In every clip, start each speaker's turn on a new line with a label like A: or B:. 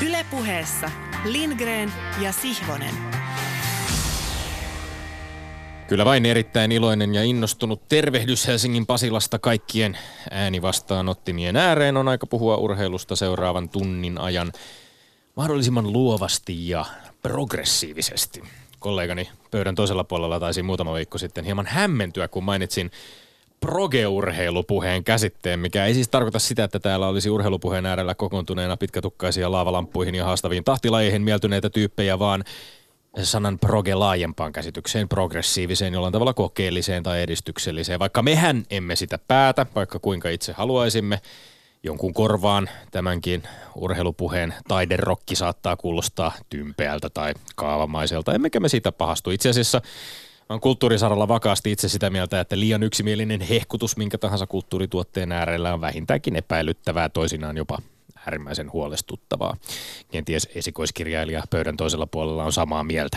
A: Yle Puheessa Lindgren ja Sihvonen.
B: Kyllä vain erittäin iloinen ja innostunut tervehdys Helsingin Pasilasta kaikkien äänivastaanottimien ääreen. On aika puhua urheilusta seuraavan tunnin ajan mahdollisimman luovasti ja progressiivisesti. Kollegani pöydän toisella puolella taisi muutama viikko sitten hieman hämmentyä, kun mainitsin proge-urheilupuheen käsitteen, mikä ei siis tarkoita sitä, että täällä olisi urheilupuheen äärellä kokoontuneena pitkätukkaisia laavalamppuihin ja haastaviin tahtilajeihin mieltyneitä tyyppejä, vaan sanan proge laajempaan käsitykseen, progressiiviseen, jollain tavalla kokeelliseen tai edistykselliseen. Vaikka mehän emme sitä päätä, vaikka kuinka itse haluaisimme, jonkun korvaan tämänkin urheilupuheen taiderokki saattaa kuulostaa tympeältä tai kaavamaiselta. Emmekä me siitä pahastu. Itse asiassa on kulttuurisaralla vakaasti itse sitä mieltä, että liian yksimielinen hehkutus minkä tahansa kulttuurituotteen äärellä on vähintäänkin epäilyttävää, toisinaan jopa äärimmäisen huolestuttavaa. Kenties esikoiskirjailija pöydän toisella puolella on samaa mieltä.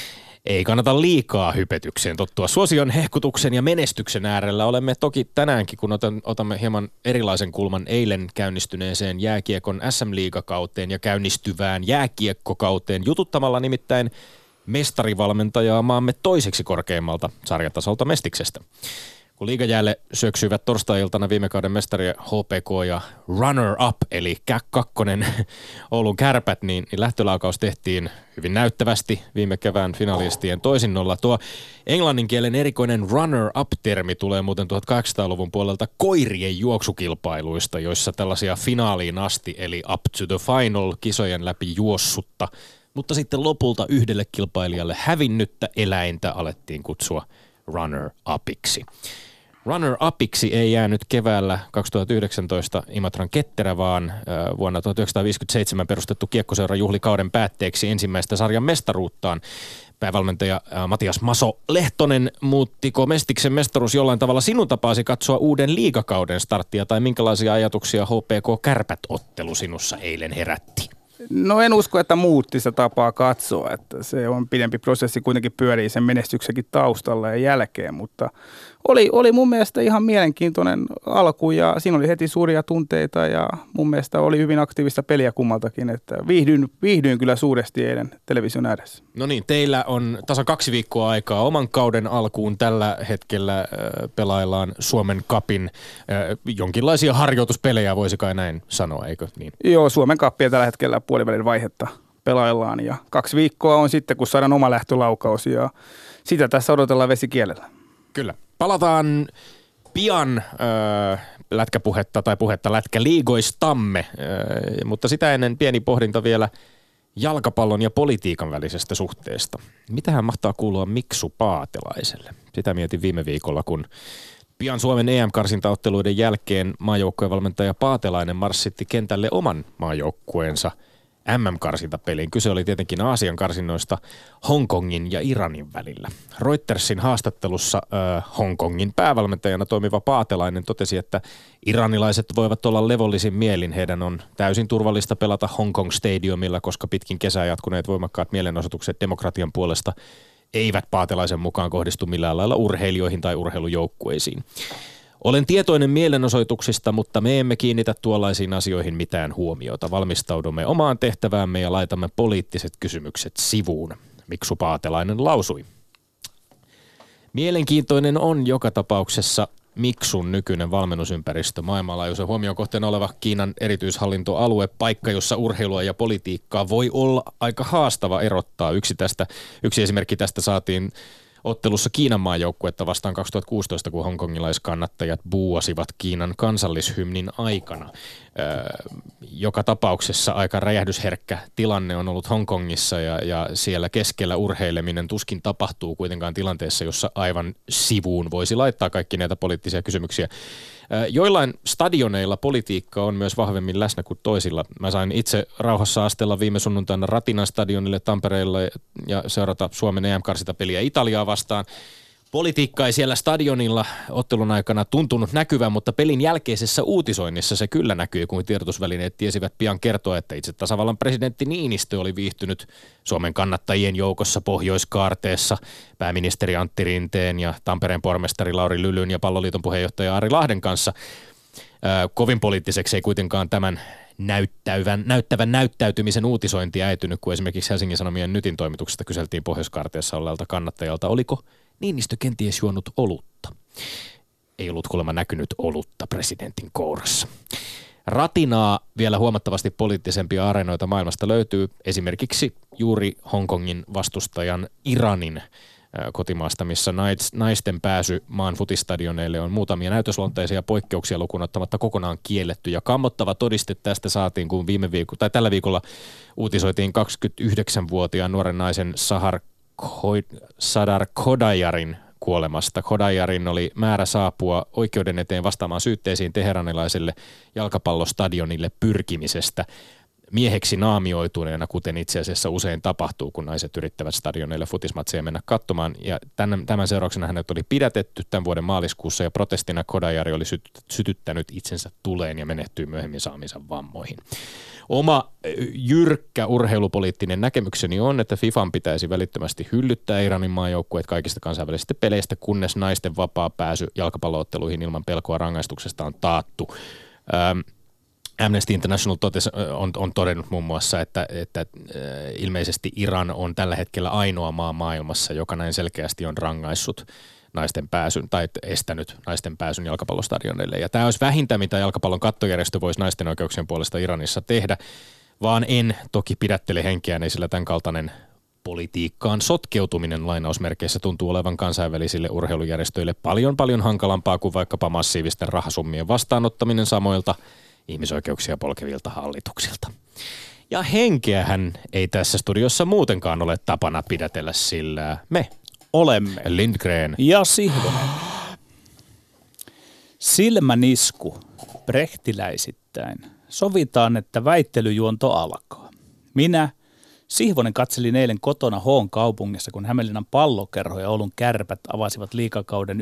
B: Ei kannata liikaa hypetykseen tottua. Suosion, hehkutuksen ja menestyksen äärellä olemme toki tänäänkin, kun otamme hieman erilaisen kulman eilen käynnistyneeseen jääkiekon SM-liigakauteen ja käynnistyvään jääkiekkokauteen jututtamalla nimittäin mestarivalmentajaa maamme toiseksi korkeimmalta sarjatasolta Mestiksestä. Kun liigajäälle syöksyivät torstai-iltana viime kauden mestari HPK ja runner-up, eli kakkonen Oulun Kärpät, niin lähtölaukaus tehtiin hyvin näyttävästi viime kevään finalistien toisinnolla. Tuo englanninkielen erikoinen runner-up-termi tulee muuten 1800-luvun puolelta koirien juoksukilpailuista, joissa tällaisia finaaliin asti, eli up to the final kisojen läpi juossutta, mutta sitten lopulta yhdelle kilpailijalle hävinnyttä eläintä alettiin kutsua runner-upiksi. Runner-upiksi ei jäänyt keväällä 2019 Imatran ketterä, vaan vuonna 1957 perustettu kiekkoseura juhli kauden päätteeksi ensimmäistä sarjan mestaruuttaan. Päävalmentaja Matias Maso Lehtonen, muuttiko Mestiksen mestaruus jollain tavalla sinun tapaasi katsoa uuden liigakauden starttia, tai minkälaisia ajatuksia HPK-Kärpät-ottelu sinussa eilen herätti?
C: No en usko, että muutti sitä tapaa katsoa, että se on pidempi prosessi, kuitenkin pyörii sen menestyksenkin taustalla ja jälkeen, mutta oli mun mielestä ihan mielenkiintoinen alku ja siinä oli heti suuria tunteita ja mun mielestä oli hyvin aktiivista peliä kummaltakin, että viihdyin kyllä suuresti eilen television ääressä.
B: No niin, teillä on tasan 2 viikkoa aikaa oman kauden alkuun. Tällä hetkellä pelaillaan Suomen Cupin jonkinlaisia harjoituspelejä, voisi kai näin sanoa, eikö niin?
C: Joo, Suomen Cupia tällä hetkellä puolivälin vaihetta pelaillaan ja 2 viikkoa on sitten, kun saadaan oma lähtölaukaus ja sitä tässä odotellaan vesikielellä.
B: Kyllä. Palataan pian lätkäpuhetta tai puhetta lätkäliigoistamme, mutta sitä ennen pieni pohdinta vielä jalkapallon ja politiikan välisestä suhteesta. Mitähän mahtaa kuulua Miksu Paatelaiselle? Sitä mietin viime viikolla, kun pian Suomen EM-karsintaotteluiden jälkeen maajoukkuevalmentaja Paatelainen marssitti kentälle oman maajoukkueensa MM-karsintapeliin. Kyse oli tietenkin Aasian karsinnoista Hongkongin ja Iranin välillä. Reutersin haastattelussa Hongkongin päävalmentajana toimiva Paatelainen totesi, että iranilaiset voivat olla levollisin mielin. Heidän on täysin turvallista pelata Hongkong Stadiumilla, koska pitkin kesää jatkuneet voimakkaat mielenosoitukset demokratian puolesta eivät Paatelaisen mukaan kohdistu millään lailla urheilijoihin tai urheilujoukkueisiin. Olen tietoinen mielenosoituksista, mutta me emme kiinnitä tuollaisiin asioihin mitään huomiota. Valmistaudumme omaan tehtäväämme ja laitamme poliittiset kysymykset sivuun, Miksu Paatelainen lausui. Mielenkiintoinen on joka tapauksessa Miksun nykyinen valmennusympäristö, maailmanlaajuisen huomion kohteena oleva Kiinan erityishallintoalue, paikka, jossa urheilua ja politiikkaa voi olla aika haastava erottaa. Yksi esimerkki tästä saatiin ottelussa Kiinan maajoukkuetta vastaan 2016, kun hongkongilaiskannattajat buuasivat Kiinan kansallishymnin aikana. Joka tapauksessa aika räjähdysherkkä tilanne on ollut Hongkongissa ja siellä keskellä urheileminen tuskin tapahtuu kuitenkaan tilanteessa, jossa aivan sivuun voisi laittaa kaikki näitä poliittisia kysymyksiä. Joillain stadioneilla politiikka on myös vahvemmin läsnä kuin toisilla. Mä sain itse rauhassa astella viime sunnuntaina Ratinan stadionille Tampereella ja seurata Suomen EM-karsintapeliä Italiaa vastaan. Politiikka ei siellä stadionilla ottelun aikana tuntunut näkyvän, mutta pelin jälkeisessä uutisoinnissa se kyllä näkyi, kun tiedotusvälineet tiesivät pian kertoa, että itse tasavallan presidentti Niinistö oli viihtynyt Suomen kannattajien joukossa Pohjoiskaarteessa pääministeri Antti Rinteen ja Tampereen pormestari Lauri Lylyn ja Palloliiton puheenjohtaja Ari Lahden kanssa. Kovin poliittiseksi ei kuitenkaan tämän näyttävän näyttäytymisen uutisointi äitynyt, kun esimerkiksi Helsingin Sanomien Nytin toimituksesta kyseltiin Pohjois-Karteassa olleelta kannattajalta, oliko Niinistö kenties juonut olutta. Ei ollut kuulemma näkynyt olutta presidentin kourassa. Ratinaa vielä huomattavasti poliittisempia areenoita maailmasta löytyy, esimerkiksi juuri Hongkongin vastustajan Iranin kotimaasta, missä naisten pääsy maan futistadioneille on muutamia näytösluonteisia poikkeuksia lukuun ottamatta kokonaan kielletty. Ja kammottava todiste tästä saatiin, kun tällä viikolla uutisoitiin 29-vuotiaan nuoren naisen Sadar Khodayarin kuolemasta. Khodayarin oli määrä saapua oikeuden eteen vastaamaan syytteisiin teheranilaiselle jalkapallostadionille pyrkimisestä mieheksi naamioituneena, kuten itse asiassa usein tapahtuu, kun naiset yrittävät stadioneille futismatseja mennä katsomaan. Ja tämän seurauksena hänet oli pidätetty tämän vuoden maaliskuussa ja protestina Khodayari oli sytyttänyt itsensä tuleen ja menehtyi myöhemmin saamiinsa vammoihin. Oma jyrkkä urheilupoliittinen näkemykseni on, että FIFAn pitäisi välittömästi hyllyttää Iranin maajoukkueet kaikista kansainvälisistä peleistä, kunnes naisten vapaa pääsy jalkapallootteluihin ilman pelkoa rangaistuksesta on taattu. Amnesty International on todennut muun muassa, että ilmeisesti Iran on tällä hetkellä ainoa maa maailmassa, joka näin selkeästi on rangaissut naisten pääsyn tai estänyt naisten pääsyn jalkapallostadioneille. Ja tämä olisi vähintä, mitä jalkapallon kattojärjestö voisi naisten oikeuksien puolesta Iranissa tehdä, vaan en toki pidättele henkeäni, sillä tämän kaltainen politiikkaan sotkeutuminen lainausmerkeissä tuntuu olevan kansainvälisille urheilujärjestöille paljon hankalampaa kuin vaikkapa massiivisten rahasummien vastaanottaminen samoilta ihmisoikeuksia polkevilta hallituksilta. Ja henkeähän ei tässä studiossa muutenkaan ole tapana pidätellä, sillä me
D: olemme
B: Lindgren
D: ja Sihvonen. Silmänisku brechtiläisittäin. Sovitaan, että väittelyjuonto alkaa. Minä, Sihvonen, katselin eilen kotona Hoon kaupungissa, kun Hämeenlinnan Pallokerho ja Oulun Kärpät avasivat liigakauden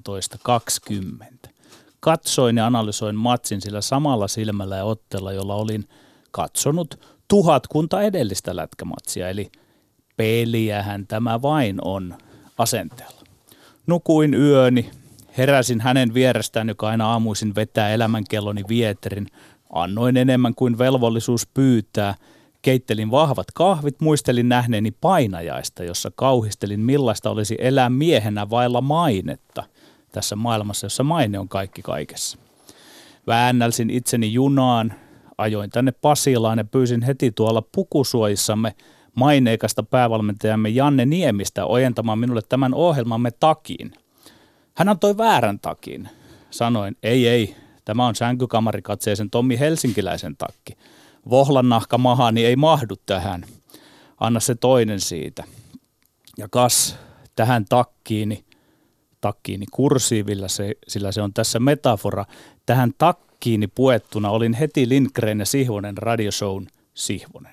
D: 1920. Katsoin ja analysoin matsin sillä samalla silmällä ja otteella, jolla olin katsonut 1000 edellistä lätkämatsia, eli peliähän tämä vain on asenteella. Nukuin yöni, heräsin hänen vierestään, joka aina aamuisin vetää elämänkelloni vieterin, annoin enemmän kuin velvollisuus pyytää, keittelin vahvat kahvit, muistelin nähneeni painajaista, jossa kauhistelin millaista olisi elää miehenä vailla mainetta tässä maailmassa, jossa maine on kaikki kaikessa. Väännälsin itseni junaan, ajoin tänne Pasilaan ja pyysin heti tuolla pukusuojissamme maineikasta päävalmentajamme Janne Niemistä ojentamaan minulle tämän ohjelmamme takin. Hän antoi väärän takin. Sanoin, ei, tämä on sänkykamarikatseisen Tommi Helsinkiläisen takki. Vohlan nahka mahani ei mahdu tähän. Anna se toinen siitä. Ja kas tähän takkiini kursiivilla, sillä se on tässä metafora. Tähän takkiini puettuna olin heti Lindgren ja Sihvonen radioshown Sihvonen.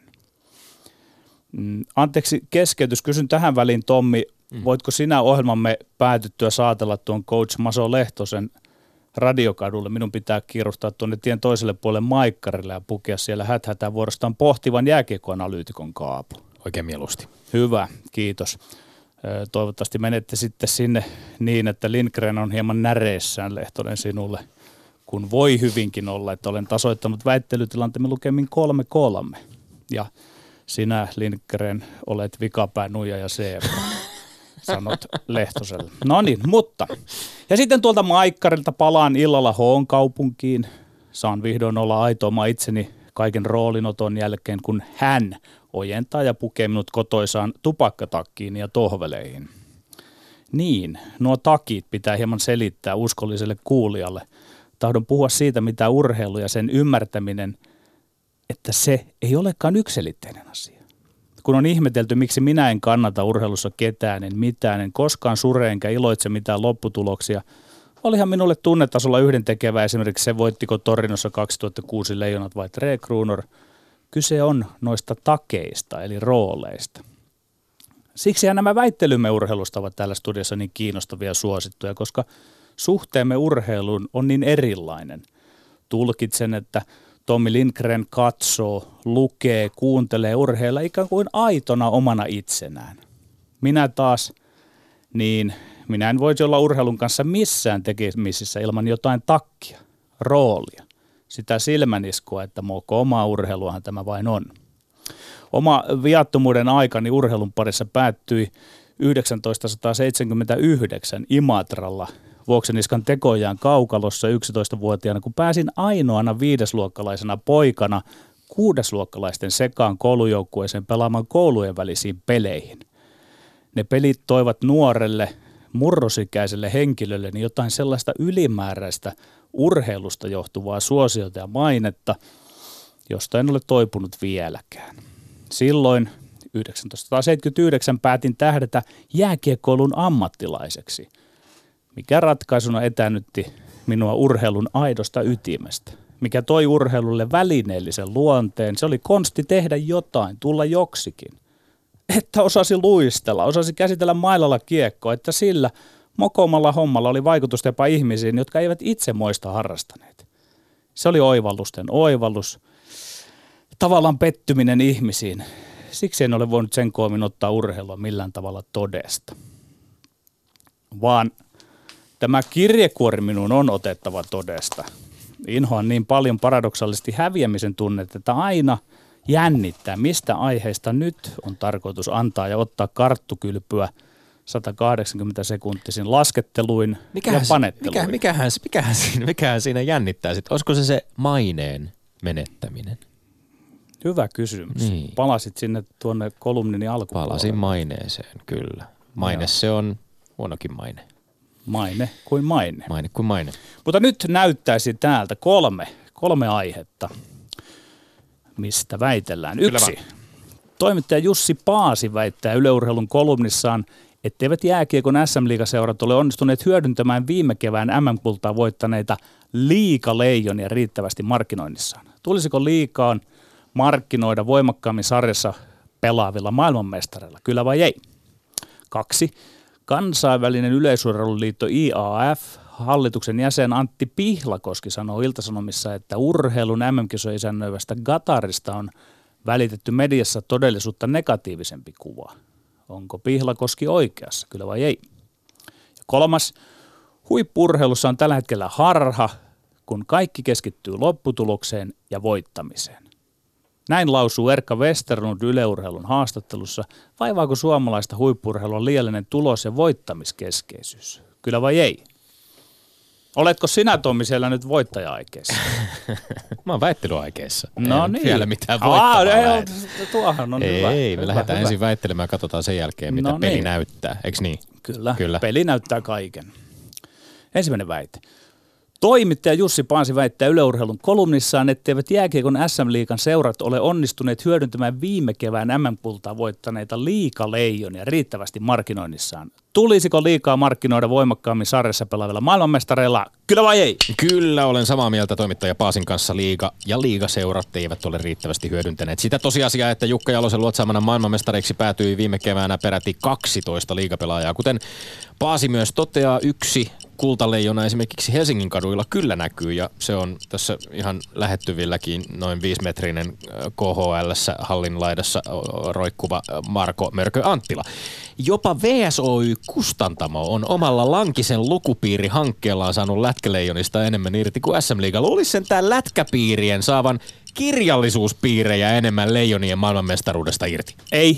D: Anteeksi keskeytys, kysyn tähän väliin Tommi, voitko sinä ohjelmamme päätyttyä saatella tuon coach Maso Lehtosen radiokadulle? Minun pitää kiirustaa tuonne tien toiselle puolelle Maikkarille ja pukea siellä häthätään vuorostaan pohtivan jääkiekkoanalyytikon kaapu.
B: Oikein mieluusti.
D: Hyvä, kiitos. Toivottavasti menette sitten sinne niin, että Lindgren on hieman näreissään Lehtonen sinulle, kun voi hyvinkin olla, että olen tasoittanut väittelytilanteemme lukemin 3-3. Ja sinä, Lindgren, olet vikapää, nuija ja seepä, sanot Lehtoselle. No niin, mutta. Ja sitten tuolta Maikkarilta palaan illalla Hoon kaupunkiin. Saan vihdoin olla aitooma itseni kaiken roolinoton jälkeen, kun hän ojentaa ja pukee minut kotoisaan tupakkatakkiin ja tohveleihin. Niin, nuo takit pitää hieman selittää uskolliselle kuulijalle. Tahdon puhua siitä, mitä urheilu ja sen ymmärtäminen, että se ei olekaan yksiselitteinen asia. Kun on ihmetelty, miksi minä en kannata urheilussa ketään, en mitään, en koskaan sure enkä iloitse mitään lopputuloksia, olihan minulle tunnetasolla yhdentekevä esimerkiksi se, voittiko Torinossa 2006 Leijonat vai Tre Kronor. Kyse on noista takeista eli rooleista. Siksihän nämä väittelymme urheilusta ovat täällä studiossa niin kiinnostavia ja suosittuja, koska suhteemme urheiluun on niin erilainen. Tulkitsen, että Tommi Lindgren katsoo, lukee, kuuntelee urheilla ikään kuin aitona omana itsenään. Minä taas, niin minä en voisi olla urheilun kanssa missään tekemisissä ilman jotain takkia, roolia. sitä silmäniskua, että oma urheiluahan tämä vain on. Oma viattomuuden aikani urheilun parissa päättyi 1979 Imatralla Vuokseniskan tekojaan kaukalossa 11-vuotiaana, kun pääsin ainoana 5-luokkalaisena poikana 6-luokkalaisten sekaan koulujoukkueeseen pelaamaan koulujen välisiin peleihin. Ne pelit toivat nuorelle, murrosikäiselle henkilölle niin jotain sellaista ylimääräistä urheilusta johtuvaa suosiota ja mainetta, josta en ole toipunut vieläkään. Silloin 1979 päätin tähdätä jääkiekkoilun ammattilaiseksi, mikä ratkaisuna etäännytti minua urheilun aidosta ytimestä, mikä toi urheilulle välineellisen luonteen. Se oli konsti tehdä jotain, tulla joksikin. Että osasi luistella, osasi käsitellä mailalla kiekkoa, että sillä mokomalla hommalla oli vaikutusta jopa ihmisiin, jotka eivät itse moista harrastaneet. Se oli oivallusten oivallus, tavallaan pettyminen ihmisiin. Siksi en ole voinut sen koommin ottaa urheilua millään tavalla todesta. Vaan tämä kirjekuori minun on otettava todesta. Inhoan niin paljon paradoksaalisesti häviämisen tunnetta, että aina jännittää, mistä aiheesta nyt on tarkoitus antaa ja ottaa karttukylpyä 180 sekuntisin lasketteluin ja panetteluin.
B: Mikähän siinä jännittää sitten? Olisiko se maineen menettäminen?
D: Hyvä kysymys. Niin. Palasit sinne tuonne kolumnini alkupuolelle.
B: Palasin maineeseen, kyllä. Maine se on huonokin maine.
D: Maine kuin maine.
B: Maine kuin maine.
D: Mutta nyt näyttäisi täältä kolme aihetta, mistä väitellään. 1. Toimittaja Jussi Paasi väittää Yle Urheilun kolumnissaan, etteivät jääkiekon SM-liigaseurat ole onnistuneet hyödyntämään viime kevään MM-kultaa voittaneita liigaleijonia riittävästi markkinoinnissaan. Tulisiko liigaan markkinoida voimakkaammin sarjassa pelaavilla maailmanmestareilla, kyllä vai ei? 2. Kansainvälinen yleisurheiluliitto IAF, hallituksen jäsen Antti Pihlakoski sanoo Ilta-Sanomissa, että urheilun MM-kisojen isännöivästä Qatarista on välitetty mediassa todellisuutta negatiivisempi kuva. Onko Pihlakoski oikeassa, kyllä vai ei? Ja 3. Huippu-urheilussa on tällä hetkellä harha, kun kaikki keskittyy lopputulokseen ja voittamiseen. Näin lausuu Erkka Westerlund Yle Urheilun haastattelussa. Vaivaako suomalaista huippu-urheilua liiallinen tulos- ja voittamiskeskeisyys? Kyllä vai ei? Oletko sinä, Tommi, siellä nyt voittaja-aikeessa?
B: Mä oon väittelyaikeessa.
D: No
B: ei
D: niin.
B: Vielä mitään voittavaa.
D: Tuohan on hyvä.
B: Ei, me lähdetään ensin väittelemään ja katsotaan sen jälkeen, mitä peli näyttää. Eikö niin?
D: Kyllä, peli näyttää kaiken. Ensimmäinen väite. Toimittaja Jussi Paasi väittää Yle Urheilun kolumnissaan, etteivät jääkiekon SM-liigan seurat ole onnistuneet hyödyntämään viime kevään MM-kultaa voittaneita liigaleijonia riittävästi markkinoinnissaan. Tulisiko liikaa markkinoida voimakkaammin sarjassa pelaavilla maailmanmestareilla? Kyllä vai ei?
B: Kyllä, olen samaa mieltä toimittaja Paasin kanssa. Liiga ja liigaseurat eivät ole riittävästi hyödyntäneet sitä tosiasiaa, että Jukka Jalosen luotsaamana maailmanmestareiksi päätyi viime keväänä peräti 12 liigapelaajaa. Kuten Paasi myös toteaa, yksi kultaleijona esimerkiksi Helsingin kaduilla kyllä näkyy, ja se on tässä ihan lähettyvilläkin noin 5-metrinen KHL:ssä hallin laidassa roikkuva Marko Mörkö Anttila. Jopa VSOY Kustantamo on omalla Lankisen lukupiirihankkeellaan saanut lätkäleijonista enemmän irti kuin SM-liiga. Luulisi sentään lätkäpiirien saavan kirjallisuuspiirejä enemmän leijonien maailmanmestaruudesta irti.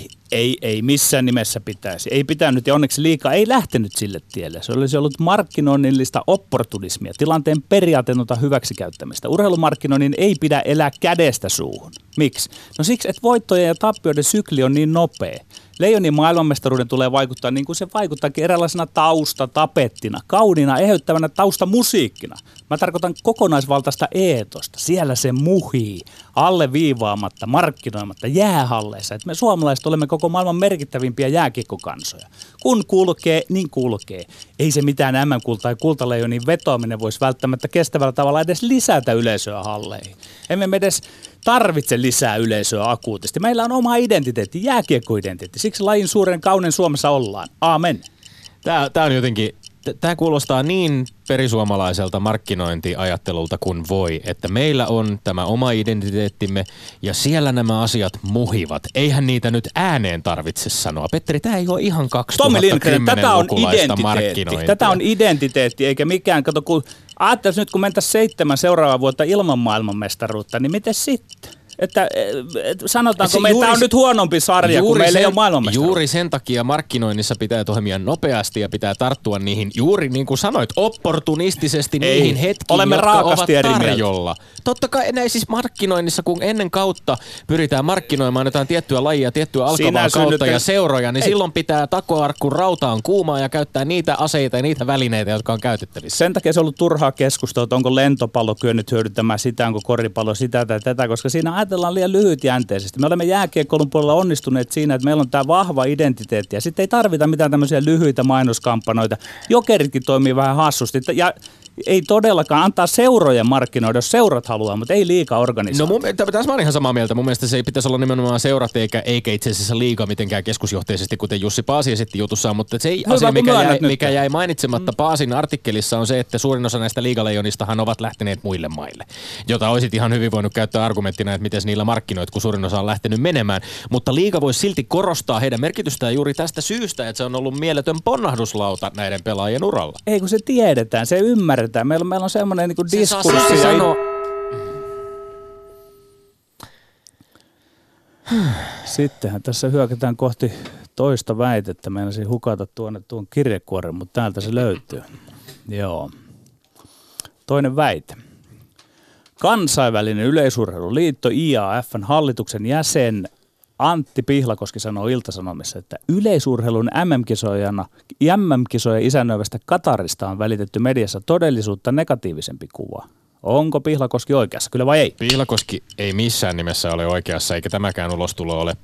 D: Ei missään nimessä pitäisi. Ei pitänyt ja onneksi liikaa ei lähtenyt sille tielle. Se olisi ollut markkinoinnillista opportunismia, tilanteen periaatetonta hyväksikäyttämistä. Urheilumarkkinoinnin ei pidä elää kädestä suuhun. Miksi? No siksi, että voittojen ja tappioiden sykli on niin nopea. Leijonin maailmanmestaruuden tulee vaikuttaa niin kuin se vaikuttaakin eräänlaisena taustatapettina, kauniina, eheyttävänä taustamusiikkina. Mä tarkoitan kokonaisvaltaista eetosta. Siellä se muhii, alleviivaamatta, markkinoimatta, jäähalleissa. Et me suomalaiset olemme koko maailman merkittävimpiä jääkiekkokansoja. Kun kulkee, niin kulkee. Ei se mitään MM-kultaa ja kultaleijonin vetoaminen voisi välttämättä kestävällä tavalla edes lisätä yleisöä halleihin. Emme me edes tarvitse lisää yleisöä akuutisti. Meillä on oma identiteetti, jääkiekkoidentiteetti. Siksi lajin suuren kauden Suomessa ollaan. Aamen.
B: Tämä on jotenkin, tämä kuulostaa niin perisuomalaiselta markkinointiajattelulta kuin voi, että meillä on tämä oma identiteettimme ja siellä nämä asiat muhivat. Eihän niitä nyt ääneen tarvitse sanoa. Petteri, tämä ei ole ihan 2010-lukulaista markkinointia.
D: Tätä on identiteetti, eikä mikään, kato kun Ajattelisi nyt, kun mentäisiin 7 seuraavaa vuotta ilman maailmanmestaruutta, niin miten sitten? Että sanotaanko, meitä on nyt huonompi sarja, kun meillä ei ole maailmanmestaruutta.
B: Juuri sen takia markkinoinnissa pitää toimia nopeasti ja pitää tarttua niihin, juuri niin kuin sanoit, opportunistisesti niihin hetkiin,
D: olemme
B: jotka ovat
D: tarjolla.
B: Totta kai näin siis markkinoinnissa, kun ennen kautta pyritään markkinoimaan jotain tiettyä lajia, tiettyä alkavaa kautta ja seuroja, niin silloin pitää takoa, kun rauta on kuumaa ja käyttää niitä aseita ja niitä välineitä, jotka on käytettävissä.
D: Sen takia se on ollut turhaa keskustelua, että onko lentopallo kyennyt hyödyntämään sitä, onko koripallo sitä tai tätä, koska siinä ajatellaan liian lyhytjänteisesti. Me olemme jääkiekkoilun puolella onnistuneet siinä, että meillä on tämä vahva identiteetti ja sitten ei tarvita mitään tämmöisiä lyhyitä mainoskampanjoita. Jokeritkin toimii vähän hassusti ja ei todellakaan antaa seurojen markkinoida, jos seurat haluaa, mutta ei liiga organisoida.
B: No tässä mä olen ihan samaa mieltä. Mun mielestä se ei pitäisi olla nimenomaan seurat eikä itse asiassa liiga mitenkään keskusjohteisesti, kuten Jussi Paasi esitti jutussaan, mutta se ei asia, mikä jäi mainitsematta Paasin artikkelissa on se, että suurin osa näistä liigaleijonistahan ovat lähteneet muille maille, jota olisit ihan hyvin voinut käyttää argumenttina, että miten niillä markkinoit, kun suurin osa on lähtenyt menemään. Mutta liiga voisi silti korostaa heidän merkitystään juuri tästä syystä, että se on ollut mieletön ponnahduslauta näiden pelaajien uralla.
D: Ei kun se tiedetään, se ymmärretään. Meillä on semmoinen niin kuin diskurssi. Sittenhän tässä hyökätään kohti toista väitettä. Meinasin hukata tuon kirjekuoren, mutta täältä se löytyy. Joo. Toinen väite. Kansainvälinen yleisurheiluliitto IAF:n hallituksen jäsen Antti Pihlakoski sanoo Ilta-Sanomissa, että yleisurheilun MM-kisojen isännöivästä Katarista on välitetty mediassa todellisuutta negatiivisempi kuva. Onko Pihlakoski oikeassa, kyllä vai ei?
B: Pihlakoski ei missään nimessä ole oikeassa, eikä tämäkään ulostulo ole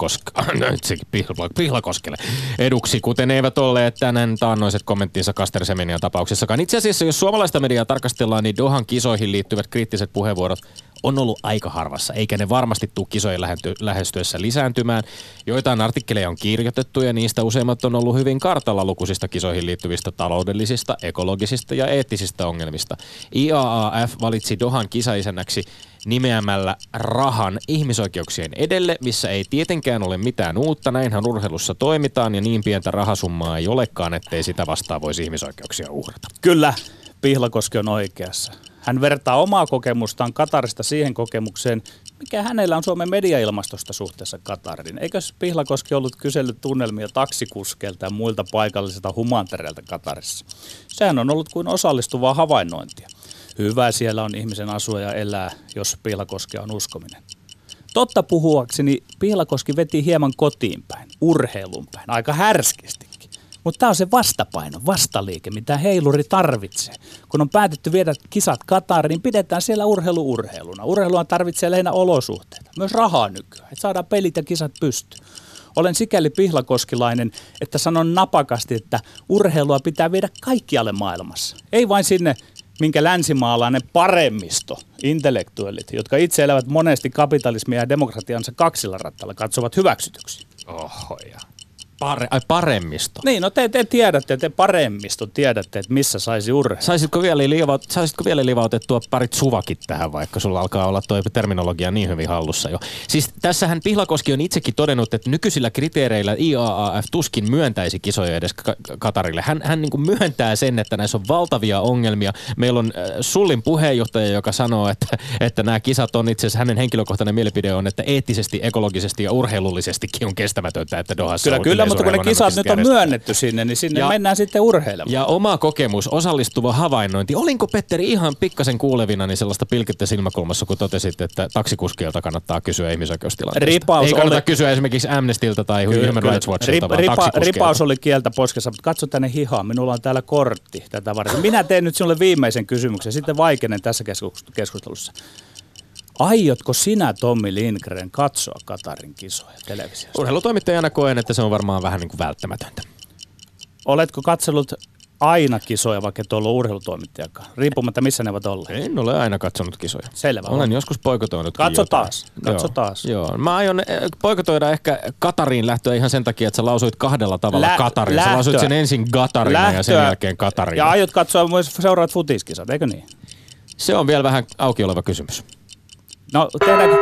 B: Pihlakoskelle eduksi, kuten eivät olleet tänään taannoiset kommenttinsa Caster Semenian tapauksessakaan. Itse asiassa, jos suomalaista mediaa tarkastellaan, niin Dohan kisoihin liittyvät kriittiset puheenvuorot on ollut aika harvassa, eikä ne varmasti tule kisojen lähestyessä lisääntymään. Joitain artikkeleja on kirjoitettu ja niistä useimmat on ollut hyvin kartalla lukuisista kisoihin liittyvistä taloudellisista, ekologisista ja eettisistä ongelmista. IAAF valitsi Dohan kisaisännäksi nimeämällä rahan ihmisoikeuksien edelle, missä ei tietenkään ole mitään uutta. Näinhän urheilussa toimitaan ja niin pientä rahasummaa ei olekaan, ettei sitä vastaan voisi ihmisoikeuksia uhrata.
D: Kyllä, Pihlakoski on oikeassa. Hän vertaa omaa kokemustaan Katarista siihen kokemukseen, mikä hänellä on Suomen mediailmastosta suhteessa Katariin. Eikös Pihlakoski ollut kysellyt tunnelmia taksikuskeilta ja muilta paikallisilta humantereilta Katarissa? Sehän on ollut kuin osallistuvaa havainnointia. Hyvä siellä on ihmisen asua ja elää, jos Pihlakoski on uskominen. Totta puhuakseni Pihlakoski veti hieman kotiin päin, urheilun päin, aika härskistikin. Mutta tämä on se vastapaino, vastaliike, mitä heiluri tarvitsee. Kun on päätetty viedä kisat Katariin, niin pidetään siellä urheiluna. Urheilua tarvitsee lähinnä olosuhteita, myös rahaa nykyään, että saadaan pelit ja kisat pystyyn. Olen sikäli pihlakoskilainen, että sanon napakasti, että urheilua pitää viedä kaikkialle maailmassa. Ei vain sinne, minkä länsimaalainen paremmisto, intellektuellit, jotka itse elävät monesti kapitalismia ja demokratiansa kaksilla rattailla, katsovat hyväksytyksi.
B: Oho ja. Paremmisto.
D: Niin, no te tiedätte, te paremmisto tiedätte, että missä saisi urheilla.
B: Saisitko vielä livautettua parit suvakit tähän, vaikka sulla alkaa olla tuo terminologia niin hyvin hallussa jo. Siis tässähän Pihlakoski on itsekin todennut, että nykyisillä kriteereillä IAAF tuskin myöntäisi kisoja edes Katarille. Hän niin kuin myöntää sen, että näissä on valtavia ongelmia. Meillä on Sullin puheenjohtaja, joka sanoo, että nämä kisat on itse asiassa, hänen henkilökohtainen mielipide on, että eettisesti, ekologisesti ja urheilullisestikin on kestämätöntä, että Dohassa
D: Kyllä, mutta kun ne kisat nyt on myönnetty sinne, niin sinne mennään sitten urheilemaan.
B: Ja oma kokemus, osallistuva havainnointi. Olinko, Petteri, ihan pikkasen kuulevina niin sellaista pilkettä silmäkulmassa, kun totesit, että taksikuskilta kannattaa kysyä ihmisoikeustilanteesta? Ei kannata kysyä esimerkiksi Amnestyltä tai Human Rights Watchilta, vaan taksikuskilta.
D: Ripaus oli kieltä poskessa, mutta katso tänne hihaan. Minulla on täällä kortti tätä varten. Minä teen nyt sinulle viimeisen kysymyksen, sitten vaikenen tässä keskustelussa. Aiotko sinä, Tommi Lindgren, katsoa Katarin kisoja televisiosta?
B: Urheilutoimittajana koen, että se on varmaan vähän niin kuin välttämätöntä.
D: Oletko katsellut aina kisoja, vaikka et ollut urheilutoimittajakaan, riippumatta missä ne ovat olleet?
B: En ole aina katsonut kisoja.
D: Selvä.
B: Olen joskus poikotoinutkin.
D: Katso taas.
B: Joo. Mä aion poikotoida ehkä Katariin lähtöä ihan sen takia, että sä lausuit kahdella tavalla Katarin. Sä lausuit sen ensin Katarina ja sen jälkeen Katarina.
D: Ja aiot katsoa myös seuraavat futiskisat, eikö niin?
B: Se on vielä vähän auki oleva kysymys.
D: No, tehdäänkö?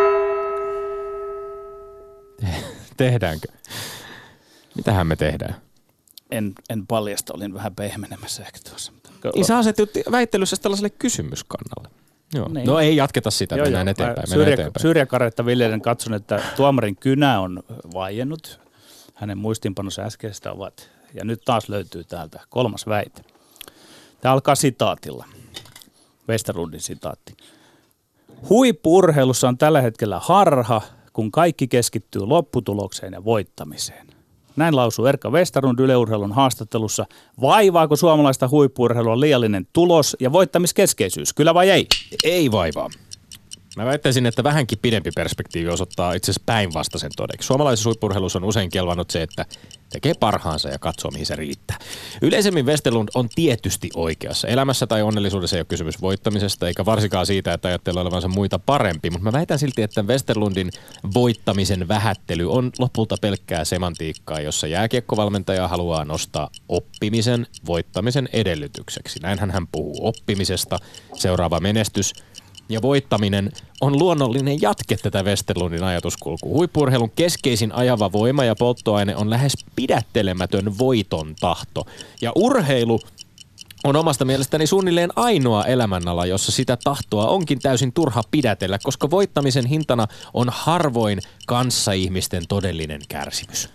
B: Tehdäänkö? Mitähän me tehdään?
D: En paljasta, olin vähän pehmenemässä ehkä tuossa.
B: Niin sä asetut väittelyssä tällaiselle kysymyskannalle. Joo. Niin. No ei jatketa sitä, mennään eteenpäin.
D: Syrjäkaretta viljelen katson, että tuomarin kynä on vaiennut. Hänen muistinpanonsa äskeisestä ovat. Ja nyt taas löytyy täältä 3. väite. Tämä alkaa sitaatilla. Westerlundin sitaatti. Huippu-urheilussa on tällä hetkellä harha, kun kaikki keskittyy lopputulokseen ja voittamiseen. Näin lausuu Erkka Westerlund Yle Urheilun haastattelussa. Vaivaako suomalaista huippu-urheilua liiallinen tulos ja voittamiskeskeisyys? Kyllä vai ei?
B: Ei vaivaa. Mä väittäisin, että vähänkin pidempi perspektiivi osoittaa itse asiassa päinvastaisen todeksi. Suomalaisessa huippu-urheilussa on usein kelvannut se, että tekee parhaansa ja katsoo, mihin se riittää. Yleisemmin Westerlund on tietysti oikeassa. Elämässä tai onnellisuudessa ei ole kysymys voittamisesta, eikä varsinkaan siitä, että ajattelee olevansa muita parempi. Mutta mä väitän silti, että Westerlundin voittamisen vähättely on lopulta pelkkää semantiikkaa, jossa jääkiekkovalmentaja haluaa nostaa oppimisen voittamisen edellytykseksi. Näinhän hän puhuu oppimisesta, seuraava menestys ja voittaminen on luonnollinen jatke tätä Westerlundin ajatuskulkua. Huippu-urheilun keskeisin ajava voima ja polttoaine on lähes pidättelemätön voiton tahto. Ja urheilu on omasta mielestäni suunnilleen ainoa elämänala, jossa sitä tahtoa onkin täysin turha pidätellä, koska voittamisen hintana on harvoin kanssaihmisten todellinen kärsimys.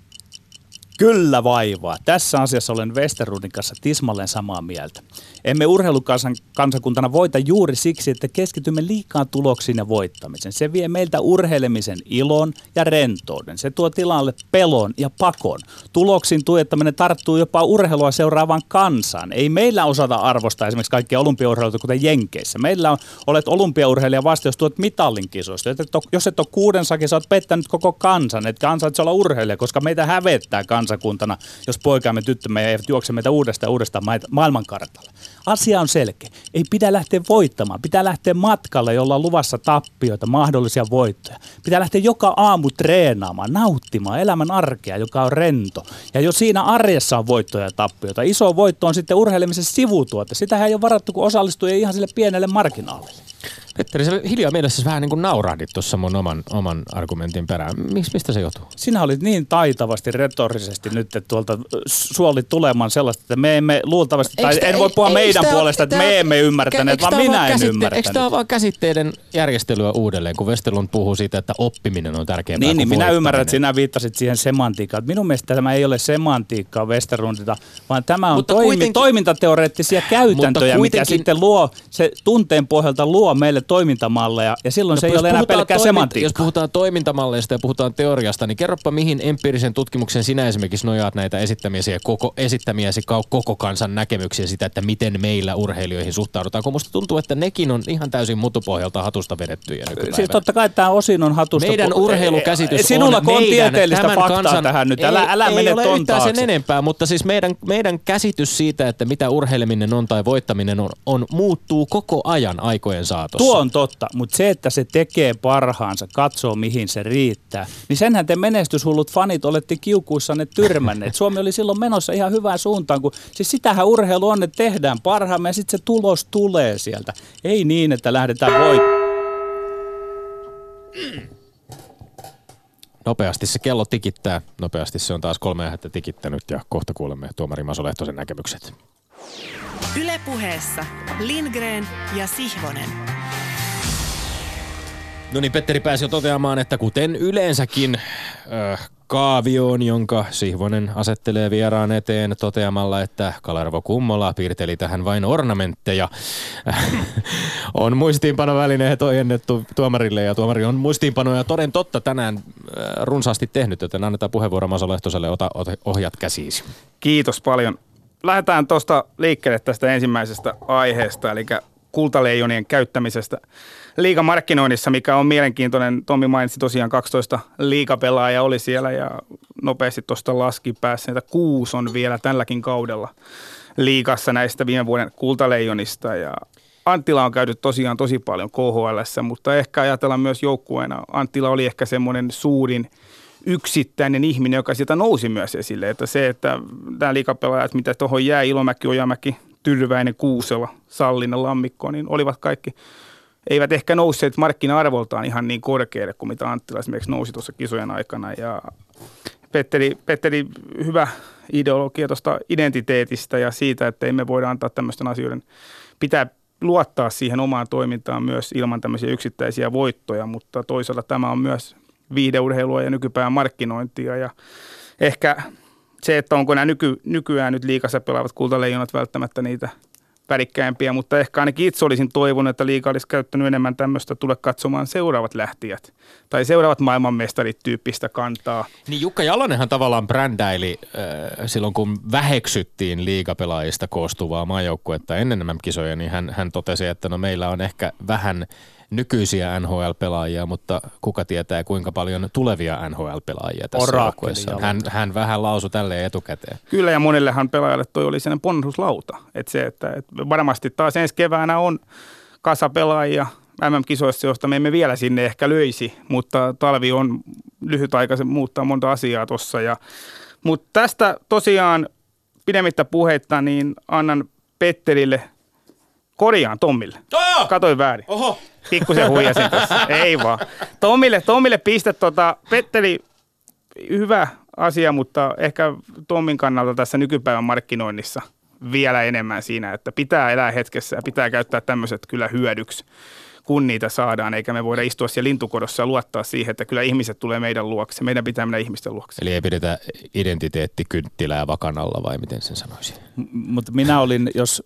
D: Kyllä vaivaa. Tässä asiassa olen Westerlundin kanssa tismalleen samaa mieltä. Emme urheilukansakuntana voita juuri siksi, että keskitymme liikaa tuloksiin ja voittamiseen. Se vie meiltä urheilemisen ilon ja rentouden. Se tuo tilalle pelon ja pakon. Tuloksiin tuijottaminen tarttuu jopa urheilua seuraavaan kansaan. Ei meillä osata arvostaa esimerkiksi kaikkia olympiaurheiluita, kuten Jenkeissä. Meillä olet olympiaurheilija vasta, jos tuot mitallin kisoista. Jos et ole 6 sakin, sä oot pettänyt koko kansan. Etkä ansaitse olla urheilija, koska meitä hävettää kansakuntana, jos poikaamme tyttömme eivät juokse meitä uudestaan maailmankartalle. Asia on selkeä. Ei pidä lähteä voittamaan. Pitää lähteä matkalle, jolla on luvassa tappioita, mahdollisia voittoja. Pitää lähteä joka aamu treenaamaan, nauttimaan elämän arkea, joka on rento. Ja jos siinä arjessa on voittoja ja tappioita, iso voitto on sitten urheilemisen sivutuote. Sitähän ei ole varattu, kun osallistui ihan sille pienelle marginaalille.
B: Petteri, sä hiljaa mielessä vähän niin kuin naurahdit tuossa mun oman argumentin perään. Mistä se johtuu?
D: Sinä olit niin taitavasti retorisesti nyt, että tuolta suolit tulemaan sellaista, että me emme luultavasti, tai en voi puhua meidän puolesta, että me emme ymmärtäneet, vaan minä en ymmärtänyt.
B: Eikö tämä ole vaan käsitteiden järjestelyä uudelleen, kun Westerlund puhuu siitä, että oppiminen on tärkeämpää kuin
D: minä ymmärrän, että sinä viittasit siihen semantiikkaan. Minun mielestä tämä ei ole semantiikkaa Westerlundilta, vaan tämä on toimintateoreettisia käytäntöjä, mikä sitten luo, se tunteen pohjalta luo meille toimintamalleja, ja silloin se ei ole enää pelkkää semantiikkaa.
B: Jos puhutaan toimintamalleista ja puhutaan teoriasta, niin kerropa mihin empiirisen tutkimuksen sinä esimerkiksi nojaat näitä esittämiäsi koko kansan näkemyksiä sitä, että miten meillä urheilijoihin suhtaudutaan, kun musta tuntuu, että nekin on ihan täysin mutupohjalta hatusta vedettyjä nykypäivänä.
D: Siis totta kai tämä osin on hatusta.
B: Meidän urheilukäsitys
D: sinulla
B: on meidän
D: tieteellistä faktaa tähän nyt, älä mene ton taakse.
B: Ei ole yhtään sen enempää, mutta siis meidän käsitys siitä, että mitä urheileminen on tai voittaminen on muuttuu koko ajan aikojen saatossa.
D: Tuo on totta, mutta se, että se tekee parhaansa, katsoo mihin se riittää, niin senhän te menestyshullut fanit olette kiukuissanne tyrmänneet. Suomi oli silloin menossa ihan hyvään suuntaan, kun siis sitähän urheilu on, että tehdään parhaamme ja sitten se tulos tulee sieltä. Ei niin, että lähdetään
B: Nopeasti se kello tikittää. Nopeasti se on taas 3 tikittänyt ja kohta kuulemme tuomari Maso Lehtosen näkemykset.
A: Yle Puheessa Lindgren ja Sihvonen.
B: No niin, Petteri pääsi jo toteamaan, että kuten yleensäkin kaavioon, jonka Sihvonen asettelee vieraan eteen toteamalla, että Kalervo Kummola piirteli tähän vain ornamentteja. On muistiinpanovälineet ojennettu tuomarille ja tuomari on muistiinpanoja toden totta tänään runsaasti tehnyt, joten annetaan puheenvuoro Maso Lehtoselle, ota ohjat käsiisi.
C: Kiitos paljon. Lähdetään tuosta liikkeelle tästä ensimmäisestä aiheesta, eli kultaleijonien käyttämisestä liigamarkkinoinnissa, mikä on mielenkiintoinen. Tommi mainitsi tosiaan 12 liigapelaajaa oli siellä ja nopeasti tuosta laski päässä. 6 on vielä tälläkin kaudella liigassa näistä viime vuoden kultaleijonista. Ja Anttila on käyty tosiaan tosi paljon KHL:ssä, mutta ehkä ajatellaan myös joukkueena. Anttila oli ehkä semmoinen suurin yksittäinen ihminen, joka sieltä nousi myös esille. Että se, että nämä liigapelaajat, mitä tuohon jää, Ilomäki, Ojamäki, Tyrväinen, Kuusela, Sallinen, Lammikko, niin olivat kaikki, eivät ehkä nousseet markkina-arvoltaan ihan niin korkealle kuin mitä Anttila esimerkiksi nousi tuossa kisojen aikana. Ja Petteri hyvä ideologia tuosta identiteetistä ja siitä, että emme voida antaa tämmöisten asioiden. Pitää luottaa siihen omaan toimintaan myös ilman tämmöisiä yksittäisiä voittoja, mutta toisaalta tämä on myös viihdeurheilua ja nykypäivän markkinointia ja ehkä se, että onko nämä nykyään nyt liigassa pelaavat kultaleijonat välttämättä niitä värikkäimpiä, mutta ehkä ainakin itse olisin toivonut, että liiga olisi käyttänyt enemmän tämmöistä tule katsomaan seuraavat lähtijät tai seuraavat maailmanmestarit tyyppistä kantaa.
B: Niin Jukka Jalonenhan tavallaan brändäili silloin, kun väheksyttiin liigapelaajista koostuvaa maajoukkuetta ennen nämä kisoja, niin hän totesi, että no meillä on ehkä vähän nykyisiä NHL-pelaajia, mutta kuka tietää kuinka paljon tulevia NHL-pelaajia tässä joukkueessa. Hän vähän lausui tälleen etukäteen.
C: Kyllä ja monellehan pelaajalle toi oli sellainen ponnahduslauta. Että varmasti taas ensi keväänä on kasa pelaajia MM-kisoissa, josta me emme vielä sinne ehkä löisi, mutta talvi on lyhytaikaisen muuttaa monta asiaa tuossa. Mutta tästä tosiaan pidemmittä puheitta niin annan Petterille, korjaan Tommille. Katoin väärin.
B: Oho.
C: Pikkusen huijasin tässä. Ei vaan. Tommille piste. Petteri, hyvä asia, mutta ehkä Tommin kannalta tässä nykypäivän markkinoinnissa vielä enemmän siinä, että pitää elää hetkessä ja pitää käyttää tämmöiset kyllä hyödyksi, kun niitä saadaan, eikä me voida istua siellä lintukodossa ja luottaa siihen, että kyllä ihmiset tulee meidän luokse. Meidän pitää mennä ihmisten luokse.
B: Eli ei pidetä identiteettikynttilää vakan alla vai miten sen sanoisin?
D: Mutta minä olin, jos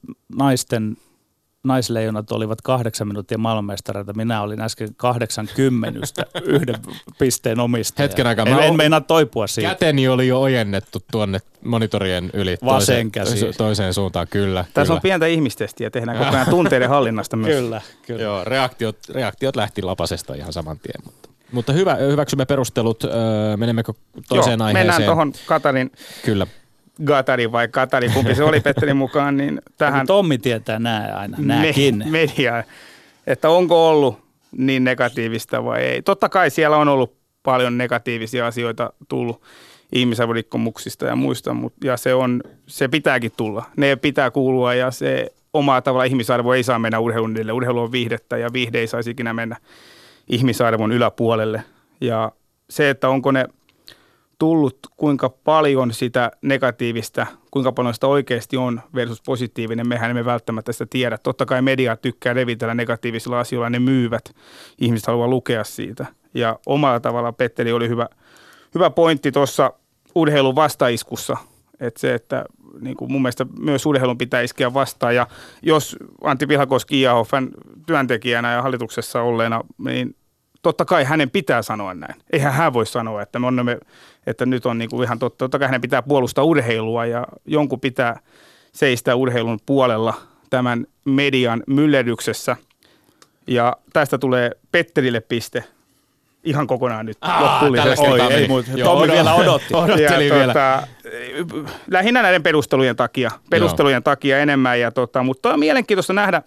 D: naisleijonat olivat 8 minuuttia maailmanmestareita. Minä olin äsken 80 yhden pisteen omistaja.
B: Hetken aikaa.
D: En meinaa toipua siitä.
B: Käteni oli jo ojennettu tuonne monitorien yli toiseen suuntaan, kyllä.
C: Tässä on pientä ihmistestiä, tehdään koko ajan tunteiden hallinnasta myös.
D: Kyllä.
B: Joo, reaktiot lähti lapasesta ihan saman tien. Mutta hyväksymme perustelut. Menemmekö toiseen aiheeseen?
C: Mennään tuohon Katarin.
B: Kyllä.
C: Vai Katari, kumpi se oli Petterin mukaan, niin tähän
D: Tommi tietää nämä aina, nämäkin.
C: Media, että onko ollut niin negatiivista vai ei. Totta kai siellä on ollut paljon negatiivisia asioita tullut ihmisarvorikkomuksista ja muista, ja se pitääkin tulla. Ne pitää kuulua ja se omaa tavalla ihmisarvo ei saa mennä urheilun edelle. Urheilu on viihdettä ja viihde ei saisi ikinä mennä ihmisarvon yläpuolelle. Ja se, että onko ne tullut, kuinka paljon sitä negatiivista, kuinka paljon sitä oikeasti on versus positiivinen, mehän emme välttämättä sitä tiedä. Totta kai media tykkää levitellä negatiivisilla asioilla, ne myyvät, ihmiset haluaa lukea siitä. Ja omalla tavalla Petteri oli hyvä pointti tuossa urheilun vastaiskussa, että se, että niin kuin mun mielestä myös urheilun pitää iskeä vastaan. Ja jos Antti Pihlakoski IAHF:n työntekijänä ja hallituksessa olleena, niin totta kai hänen pitää sanoa näin. Eihän hän voi sanoa, että nyt on niin kuin ihan totta. Totta kai hänen pitää puolustaa urheilua ja jonkun pitää seistää urheilun puolella tämän median myllerryksessä. Ja tästä tulee Petterille piste. Ihan kokonaan nyt loppullisesti.
D: Tommi vielä odotti.
B: Odotteli vielä.
C: Lähinnä näiden perustelujen takia enemmän. Mutta on mielenkiintoista nähdä,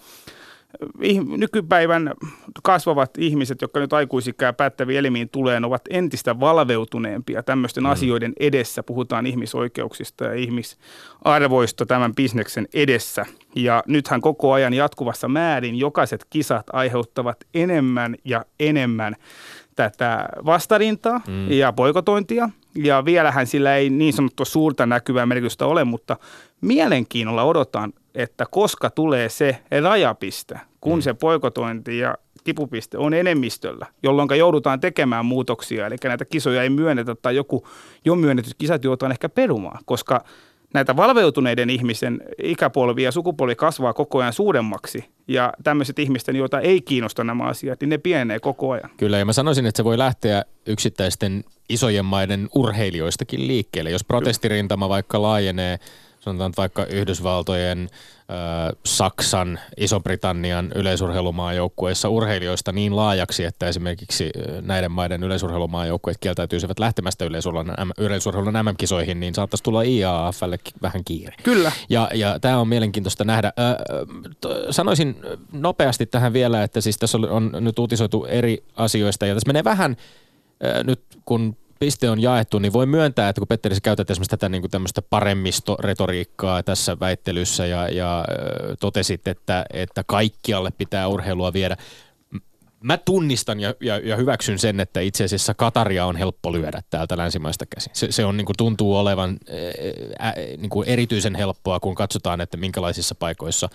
C: nykypäivän kasvavat ihmiset, jotka nyt aikuisikään päättäviin elimiin tulee, ovat entistä valveutuneempia tämmöisten asioiden edessä. Puhutaan ihmisoikeuksista ja ihmisarvoista tämän bisneksen edessä. Ja nythän koko ajan jatkuvassa määrin jokaiset kisat aiheuttavat enemmän ja enemmän tätä vastarintaa ja boikotointia. Ja vielähän sillä ei niin sanottua suurta näkyvää merkitystä ole, mutta mielenkiinnolla odotan, että koska tulee se rajapiste, kun se boikotointi ja kipupiste on enemmistöllä, jolloin joudutaan tekemään muutoksia, eli näitä kisoja ei myönnetä tai joku jo myönnetyt kisat joudutaan ehkä perumaan, koska näitä valveutuneiden ihmisen ikäpolvi ja sukupolvi kasvaa koko ajan suuremmaksi ja tämmöiset ihmisten, joita ei kiinnosta nämä asiat, niin ne pienenee koko ajan.
B: Kyllä, ja mä sanoisin, että se voi lähteä yksittäisten isojen maiden urheilijoistakin liikkeelle. Jos protestirintama vaikka laajenee, sanotaan vaikka Yhdysvaltojen, Saksan, Iso-Britannian yleisurheilumaajoukkueissa urheilijoista niin laajaksi, että esimerkiksi näiden maiden yleisurheilumaajoukkueet kieltäytyisivät lähtemästä yleisurheilun MM-kisoihin, niin saattaisi tulla IAAF:lle vähän kiire.
C: Kyllä.
B: Ja tämä on mielenkiintoista nähdä. Sanoisin nopeasti tähän vielä, että siis tässä on nyt uutisoitu eri asioista ja tässä menee vähän nyt kun piste on jaettu, niin voi myöntää, että kun Petteri, sä käytät esimerkiksi tätä niin kuin tämmöistä paremmistoretoriikkaa tässä väittelyssä ja totesit, että kaikkialle pitää urheilua viedä. Mä tunnistan ja hyväksyn sen, että itse asiassa Kataria on helppo lyödä täältä länsimaista käsin. Se on, niin kuin, tuntuu olevan niin kuin erityisen helppoa, kun katsotaan, että minkälaisissa paikoissa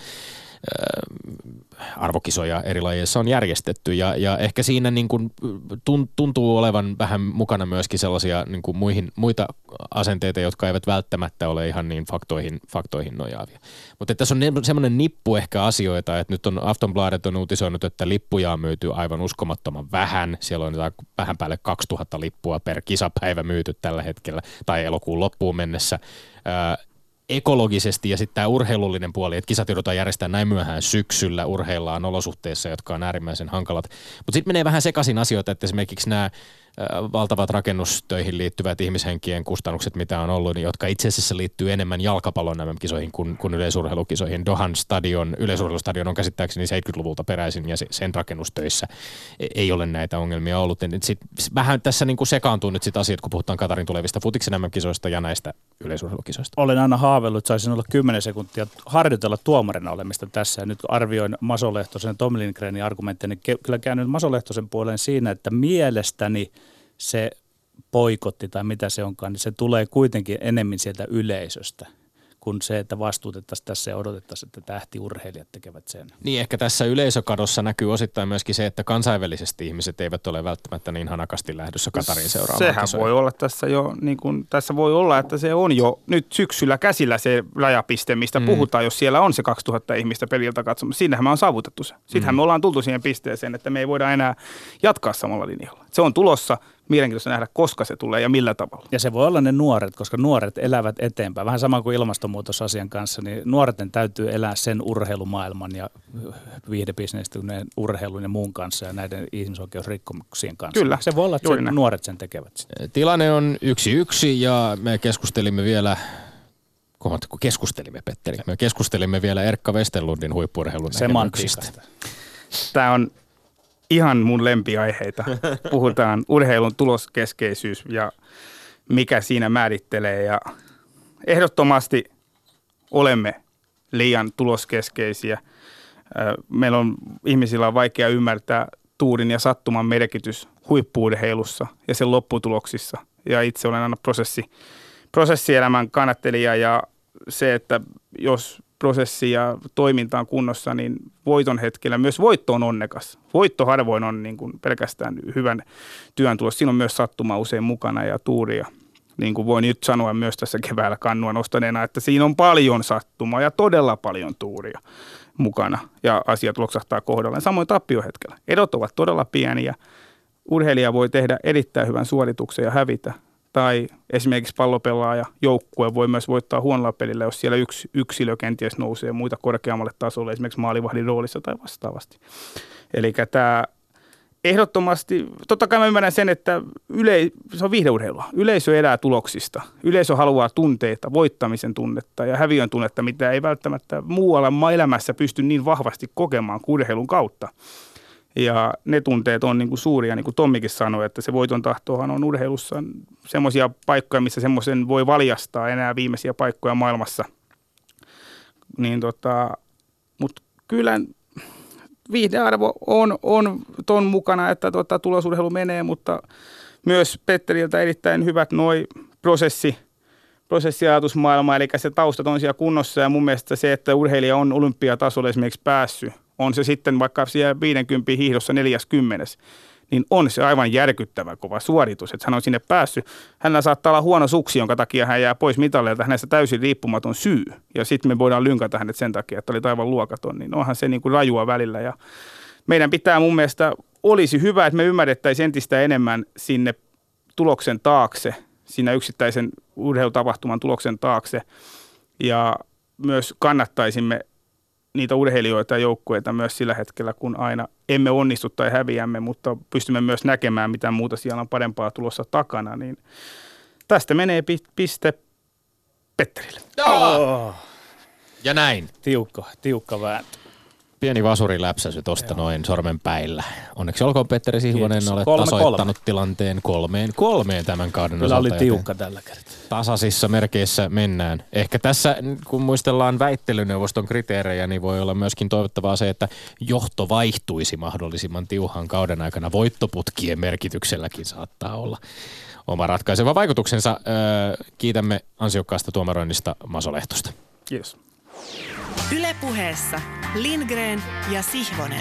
B: arvokisoja eri lajeissa on järjestetty ja ehkä siinä niin kuin tuntuu olevan vähän mukana myöskin sellaisia niin kuin muita asenteita, jotka eivät välttämättä ole ihan niin faktoihin nojaavia. Mutta tässä on semmoinen nippu ehkä asioita, että nyt on Aftonbladet on uutisoinut, että lippuja on myyty aivan uskomattoman vähän. Siellä on vähän päälle 2000 lippua per kisapäivä myyty tällä hetkellä tai elokuun loppuun mennessä. Ekologisesti ja sitten tämä urheilullinen puoli, että kisat joudutaan järjestämään näin myöhään syksyllä, urheillaan olosuhteissa, jotka on äärimmäisen hankalat. Mutta sitten menee vähän sekaisin asioita, että esimerkiksi nämä valtavat rakennustöihin liittyvät ihmishenkien kustannukset, mitä on ollut, niin jotka itse asiassa liittyy enemmän jalkapallon MM-kisoihin kuin yleisurheilukisoihin. Dohan yleisurheilustadion on käsittääkseni 70-luvulta peräisin ja sen rakennustöissä ei ole näitä ongelmia ollut. Vähän tässä niin kuin sekaantuu nyt sit asiat, kun puhutaan Katarin tulevista futiksen MM-kisoista ja näistä yleisurheilukisoista. Olen
D: aina haaveillut, että saisin olla 10 sekuntia harjoitella tuomarina olemista tässä. Ja nyt arvioin Maso Lehtosen ja Tom Lindgrenin argumentteja, niin kyllä käyn Maso Lehtosen puoleen siinä, että mielestäni se poikotti tai mitä se onkaan, niin se tulee kuitenkin enemmän sieltä yleisöstä kuin se, että vastuutettaisiin tässä ja odotettaisiin, että tähtiurheilijat tekevät sen.
B: Niin, ehkä tässä yleisökadossa näkyy osittain myöskin se, että kansainvälisesti ihmiset eivät ole välttämättä niin hanakasti lähdössä Katarin seuraamaan
C: Sehän
B: kisoja.
C: Voi olla tässä jo, niin kuin, tässä voi olla, että se on jo nyt syksyllä käsillä se rajapiste, mistä puhutaan, jos siellä on se 2000 ihmistä peliltä katsomassa. Siinähän me on saavutettu se. Sittenhän me ollaan tultu siihen pisteeseen, että me ei voida enää jatkaa samalla linjalla. Se on tulossa. Mielenkiintoista nähdä, koska se tulee ja millä tavalla.
D: Ja se voi olla ne nuoret, koska nuoret elävät eteenpäin. Vähän sama kuin ilmastonmuutosasian kanssa, niin nuorten täytyy elää sen urheilumaailman ja viihdebisnestyneen urheilun ja muun kanssa ja näiden ihmisoikeusrikkomuksien kanssa.
C: Kyllä.
D: Se voi olla, että nuoret sen tekevät.
B: Tilanne on 1-1 ja me keskustelimme vielä, Petteri, me keskustelimme vielä Erkka Westerlundin huippu-urheilun näkemyksistä.
C: Tämä on ihan mun lempiaiheita. Puhutaan urheilun tuloskeskeisyys ja mikä siinä määrittelee. Ja ehdottomasti olemme liian tuloskeskeisiä. Meillä on ihmisillä on vaikea ymmärtää tuurin ja sattuman merkitys huippu-urheilussa ja sen lopputuloksissa. Ja itse olen aina prosessielämän kannattelija ja se, että jos prosessi ja toiminta on kunnossa, niin voiton hetkellä myös voitto on onnekas. Voitto harvoin on niin kuin pelkästään hyvän työn tulos. Siinä on myös sattuma usein mukana ja tuuria. Niin kuin voin nyt sanoa myös tässä keväällä kannua nostaneena, että siinä on paljon sattumaa ja todella paljon tuuria mukana ja asiat loksahtaa kohdalleen. Samoin tappiohetkellä. Edot ovat todella pieniä. Urheilija voi tehdä erittäin hyvän suorituksen ja hävitä. Tai esimerkiksi pallopelaaja, joukkue voi myös voittaa huonolla pelillä, jos siellä yksi yksilö kenties nousee muita korkeammalle tasolle, esimerkiksi maalivahdin roolissa tai vastaavasti. Eli tämä ehdottomasti, totta kai mä ymmärrän sen, että se on viihdeurheilua. Yleisö elää tuloksista. Yleisö haluaa tunteita, voittamisen tunnetta ja häviön tunnetta, mitä ei välttämättä muualla elämässä pysty niin vahvasti kokemaan kuin urheilun kautta. Ja ne tunteet on niin kuin suuria, niin kuin Tommikin sanoi, että se voiton tahtohan on urheilussa semmoisia paikkoja, missä semmoisen voi valjastaa enää viimeisiä paikkoja maailmassa. Niin mutta kyllä viihdearvo on ton mukana, että tulosurheilu menee, mutta myös Petteriltä erittäin hyvät noi prosessiajatusmaailma, eli se taustat on siellä kunnossa ja mun mielestä se, että urheilija on olympiatasolle esimerkiksi päässyt, on se sitten vaikka siellä 50 hiihdossa 40, niin on se aivan järkyttävä kova suoritus, että hän on sinne päässyt. Hänellä saattaa olla huono suksi, jonka takia hän jää pois mitalleilta, hänestä täysin riippumaton syy. Ja sitten me voidaan lynkata hänet sen takia, että oli aivan luokaton, niin onhan se niin kuin rajua välillä. Ja meidän pitää mun mielestä, olisi hyvä, että me ymmärrettäisiin entistä enemmän sinne tuloksen taakse, siinä yksittäisen urheilutapahtuman tuloksen taakse. Ja myös kannattaisimme niitä urheilijoita ja joukkueita myös sillä hetkellä, kun aina emme onnistu tai häviämme, mutta pystymme myös näkemään, mitä muuta siellä on parempaa tulossa takana. Niin tästä menee piste Petterille.
B: Ja näin.
D: Tiukka vääntö.
B: Pieni vasuriläpsäsy tosta noin sormenpäillä. Onneksi olkoon Petteri Sihvonen,
D: Kiitos.
B: olet
D: 3-3.
B: tasoittanut tilanteen 3-3 tämän kauden
D: Kyllä
B: osalta.
D: oli tiukka tällä kertaa.
B: Tasaisissa merkeissä mennään. Ehkä tässä, kun muistellaan väittelyneuvoston kriteerejä, niin voi olla myöskin toivottavaa se, että johto vaihtuisi mahdollisimman tiuhan kauden aikana. Voittoputkien merkitykselläkin saattaa olla oma ratkaiseva vaikutuksensa. Kiitämme ansiokkaasta tuomaroinnista Maso Lehtosta.
C: Kiitos.
A: Yle Puheessa Lindgren ja Sihvonen.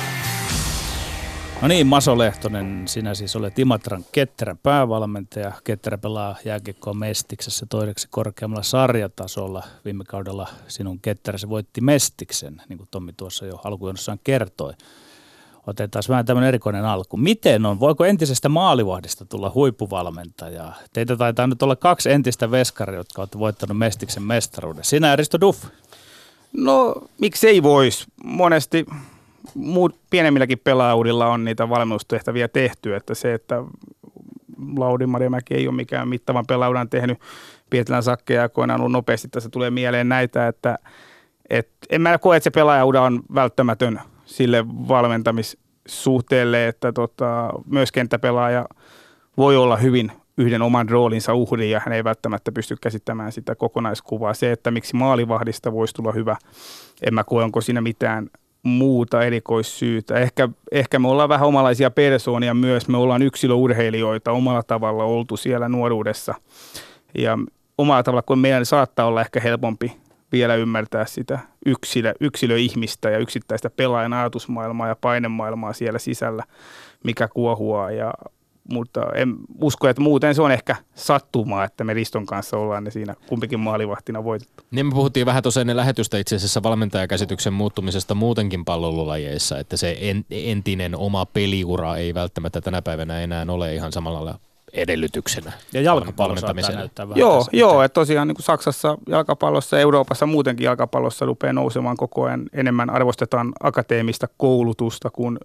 D: No niin, Maso Lehtonen, sinä siis olet Imatran Ketterän päävalmentaja. Ketterä pelaa jääkiekkoa Mestiksessä toiseksi korkeammalla sarjatasolla. Viime kaudella sinun Ketteräsi voitti Mestiksen, niin kuin Tommi tuossa jo alkujonossaan kertoi. Otetaan vähän tämmöinen erikoinen alku. Miten on? Voiko entisestä maalivahdista tulla huippuvalmentaja? Teitä taitaa nyt olla 2 entistä veskaria, jotka ovat voittanut Mestiksen mestaruuden. Sinä ja Risto Duff.
C: No, miksei voisi? Monesti pienemmilläkin pelaaudilla on niitä valmennustehtäviä tehty, että se, että Lauri Marjamäki ei ole mikään mittavan pelaudan tehnyt, Pietilän Sakke aikoinaan ollut nopeasti, tässä tulee mieleen näitä, että en mä koe, että se pelaajuda on välttämätön sille valmentamissuhteelle, että myös kenttäpelaaja voi olla hyvin yhden oman roolinsa uhri ja hän ei välttämättä pysty käsittämään sitä kokonaiskuvaa. Se, että miksi maalivahdista voisi tulla hyvä, en mä koe, onko siinä mitään muuta erikoissyytä. Ehkä me ollaan vähän omalaisia persoonia myös, me ollaan yksilöurheilijoita omalla tavalla oltu siellä nuoruudessa ja omalla tavalla, kun meidän saattaa olla ehkä helpompi vielä ymmärtää sitä yksilöihmistä ja yksittäistä pelaajan ajatusmaailmaa ja painemaailmaa siellä sisällä, mikä kuohuaa. Mutta en usko, että muuten se on ehkä sattumaa, että me Riston kanssa ollaan ne siinä kumpikin maalivahtina voitettu.
B: Niin me puhuttiin vähän tuossa ennen lähetystä itse asiassa valmentajakäsityksen muuttumisesta muutenkin pallolulajeissa, että se entinen oma peliura ei välttämättä tänä päivänä enää ole ihan samalla lailla edellytyksenä.
D: Ja jalkapallo saattaa näyttää vähän.
C: Joo, että tosiaan niin kuin Saksassa jalkapallossa, Euroopassa muutenkin jalkapallossa rupeaa nousemaan koko ajan enemmän, arvostetaan akateemista koulutusta kuin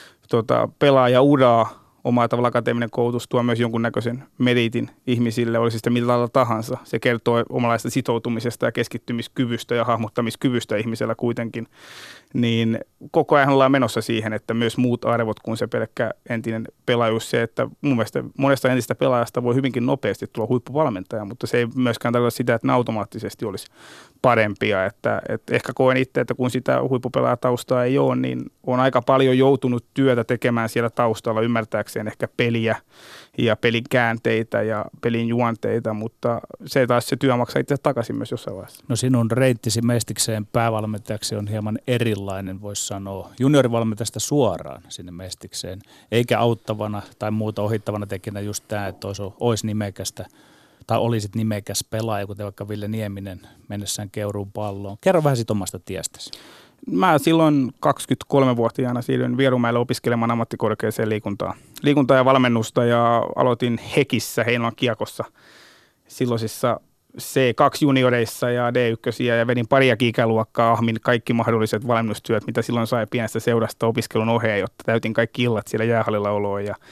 C: pelaajauraa. Omalla tavalla akateeminen koulutus tuo myös jonkunnäköisen meritin ihmisille, olisi sitten millä lailla tahansa. Se kertoo omalaista sitoutumisesta ja keskittymiskyvystä ja hahmottamiskyvystä ihmisellä kuitenkin. Niin koko ajan ollaan menossa siihen, että myös muut arvot kuin se pelkkä entinen pelaajuus. Se, että mun mielestä monesta entistä pelaajasta voi hyvinkin nopeasti tulla huippuvalmentaja, mutta se ei myöskään tarkoita sitä, että ne automaattisesti olisi parempia. Että ehkä koen itse, että kun sitä huippupelaajataustaa ei ole, niin on aika paljon joutunut työtä tekemään siellä taustalla ymmärtääkseen ehkä peliä ja pelin käänteitä ja pelin juonteita, mutta se taas se työ maksaa itse takaisin myös jossain vaiheessa.
D: No sinun reittisi Mestikseen päävalmentajaksi on hieman erilainen, voisi sanoa, juniorivalmentajasta suoraan sinne Mestikseen, eikä auttavana tai muuta ohittavana tekijänä just tämä, että olisi nimekästä tai olisit nimekäs pelaaja, kuten vaikka Ville Nieminen mennessään Keuruun palloon. Kerro vähän siitä omasta tiestäsi.
C: Mä silloin 23-vuotiaana siirryin Vierumäelle opiskelemaan ammattikorkeaseen liikuntaa ja valmennusta ja aloitin Hekissä Heinolan Kiekossa silloisissa C2-junioreissa ja D1 ja vedin pariakin ikäluokkaa, ahmin kaikki mahdolliset valmennustyöt, mitä silloin sai pienestä seurasta opiskelun oheen, jotta täytin kaikki illat siellä jäähallilla oloon ja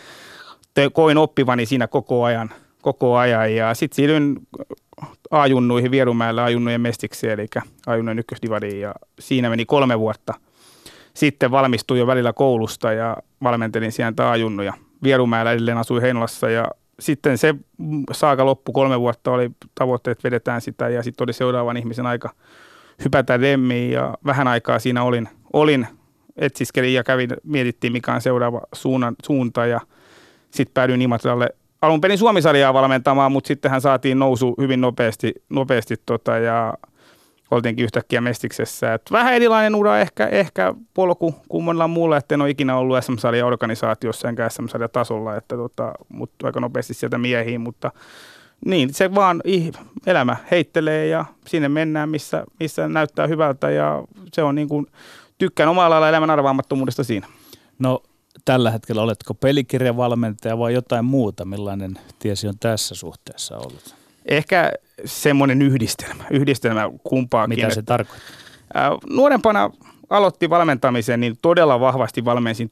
C: koin oppivani siinä koko ajan ja sitten siirryin A-junnuihin Vierumäelle A-junnujen Mestikseen, eli A-junnujen ykkösdivariin ja siinä meni 3 vuotta. Sitten valmistuin jo välillä koulusta ja valmentelin sieltä A-junnuja. Vierumäellä edelleen asuin Heinolassa ja sitten se saaka loppu 3 vuotta oli tavoitteet, vedetään sitä ja sitten oli seuraavan ihmisen aika hypätä remmiin ja vähän aikaa siinä olin etsiskelin ja mietittiin mikä on seuraava suunta ja sitten päädyin Imatralle. Alun perin Suomi-sarjaa valmentamaan, mutta sittenhän saatiin nousu hyvin nopeasti ja oltiinkin yhtäkkiä Mestiksessä. Et vähän erilainen ura, ehkä polku kuin monella muulla, että en ole ikinä ollut SM-sarja-organisaatiossa enkä SM-sarjatasolla, mutta aika nopeasti sieltä miehiin, mutta niin se vaan elämä heittelee ja sinne mennään, missä näyttää hyvältä ja se on niin kuin, tykkään omalla lailla elämän arvaamattomuudesta siinä.
D: No tällä hetkellä oletko pelikirjavalmentaja vai jotain muuta? Millainen tiesi on tässä suhteessa ollut?
C: Ehkä semmoinen yhdistelmä kumpaakin.
D: Mitä se tarkoittaa?
C: Nuorempana aloitti valmentamisen, niin todella vahvasti valmensin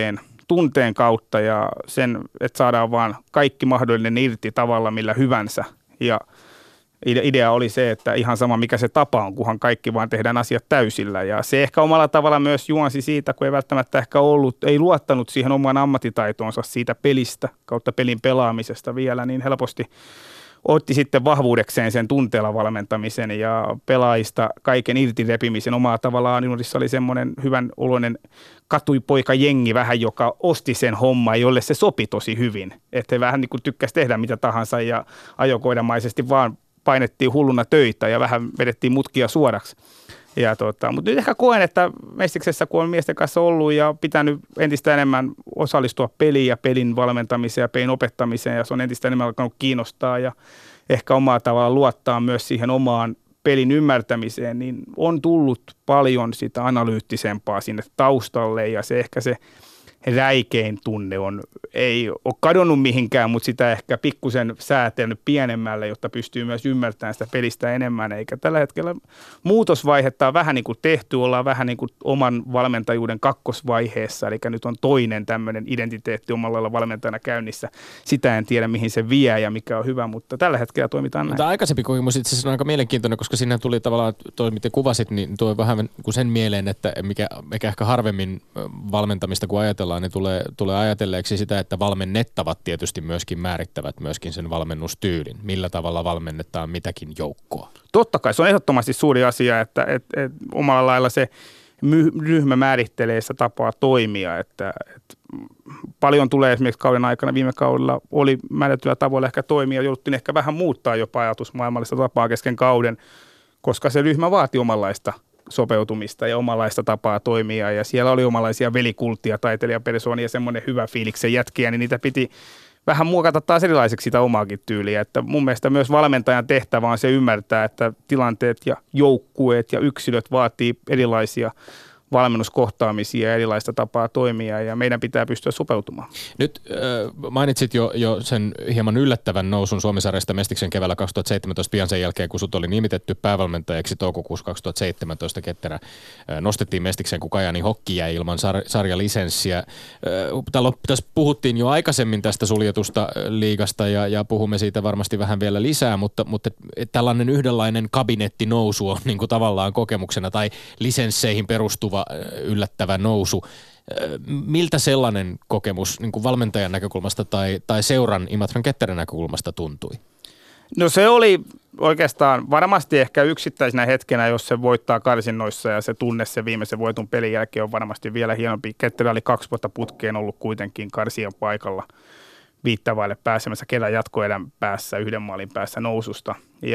C: tunteen kautta ja sen, että saadaan vaan kaikki mahdollinen irti tavalla millä hyvänsä. Ja Idea oli se, että ihan sama mikä se tapa on, kunhan kaikki vaan tehdään asiat täysillä. Ja se ehkä omalla tavalla myös juonsi siitä, kun ei välttämättä ehkä ei luottanut siihen omaan ammattitaitoonsa siitä pelistä kautta pelin pelaamisesta vielä, niin helposti otti sitten vahvuudekseen sen tunteella valmentamisen ja pelaajista kaiken irti repimisen. Omalla tavallaan Ilmarissa oli semmoinen hyvän oloinen katuipoikajengi vähän, joka osti sen homman, jolle se sopi tosi hyvin. Että he vähän niin kuin tykkäsi tehdä mitä tahansa ja ajokoidamaisesti vaan painettiin hulluna töitä ja vähän vedettiin mutkia suoraksi. Mutta nyt ehkä koen, että Mestiksessä, kun on miesten kanssa ollut ja pitänyt entistä enemmän osallistua peliin ja pelin valmentamiseen ja pelin opettamiseen, ja se on entistä enemmän alkanut kiinnostaa ja ehkä omaa tavalla luottaa myös siihen omaan pelin ymmärtämiseen, niin on tullut paljon sitä analyyttisempaa sinne taustalle, ja se ehkä se räikein tunne ei ole kadonnut mihinkään, mutta sitä ehkä pikkusen säätelnyt pienemmälle, jotta pystyy myös ymmärtämään sitä pelistä enemmän. Eikä tällä hetkellä muutosvaihetta on vähän niin kuin tehty, ollaan vähän niin kuin oman valmentajuuden kakkosvaiheessa, eli nyt on toinen tämmöinen identiteetti omalla lailla valmentajana käynnissä. Sitä en tiedä, mihin se vie ja mikä on hyvä, mutta tällä hetkellä toimitaan näin.
B: Mutta aikaisempi kokemus itse asiassa on aika mielenkiintoinen, koska siinä tuli tavallaan, toi miten kuvasit, niin tuo vähän kuin sen mieleen, että mikä ehkä harvemmin valmentamista kun ajatellaan, niin tulee ajatelleeksi sitä, että valmennettavat tietysti myöskin määrittävät myöskin sen valmennustyylin. Millä tavalla valmennetaan mitäkin joukkoa?
C: Totta kai, se on ehdottomasti suuri asia, että omalla lailla se ryhmä määrittelee sitä tapaa toimia. Että paljon tulee esimerkiksi kauden aikana, viime kaudella oli määrätyllä tavoilla ehkä toimia, jouduttiin ehkä vähän muuttaa jopa ajatusmaailmallista tapaa kesken kauden, koska se ryhmä vaati omanlaista sopeutumista ja omanlaista tapaa toimia, ja siellä oli omanlaisia velikulttia, taiteilijapersoonia ja semmoinen hyvä fiiliksen jätkiä, niin niitä piti vähän muokata taas erilaiseksi sitä omaakin tyyliä. Että mun mielestä myös valmentajan tehtävä on se ymmärtää, että tilanteet ja joukkueet ja yksilöt vaatii erilaisia valmennuskohtaamisia ja erilaista tapaa toimia, ja meidän pitää pystyä sopeutumaan.
B: Nyt mainitsit jo sen hieman yllättävän nousun Suomi-sarjasta Mestiksen keväällä 2017 pian sen jälkeen, kun sut oli nimitetty päävalmentajaksi toukokuussa 2017. Ketterä nostettiin Mestiksen, kun Kajaanin Hokki jäi ilman sarjalisenssiä. Tässä puhuttiin jo aikaisemmin tästä suljetusta liigasta ja puhumme siitä varmasti vähän vielä lisää, mutta tällainen yhdenlainen kabinettinousu on niin kuin tavallaan kokemuksena tai lisensseihin perustuva yllättävä nousu. Miltä sellainen kokemus niin kuin valmentajan näkökulmasta tai seuran Imatran Ketterän näkökulmasta tuntui?
C: No se oli oikeastaan varmasti ehkä yksittäisenä hetkenä, jos se voittaa karsinnoissa ja se tunne se viimeisen voiton pelin jälkeen on varmasti vielä hienompi. Ketterä oli 2 vuotta putkeen ollut kuitenkin karsijan paikalla viittavaille pääsemässä kerran jatkoerän päässä, 1 maalin päässä noususta.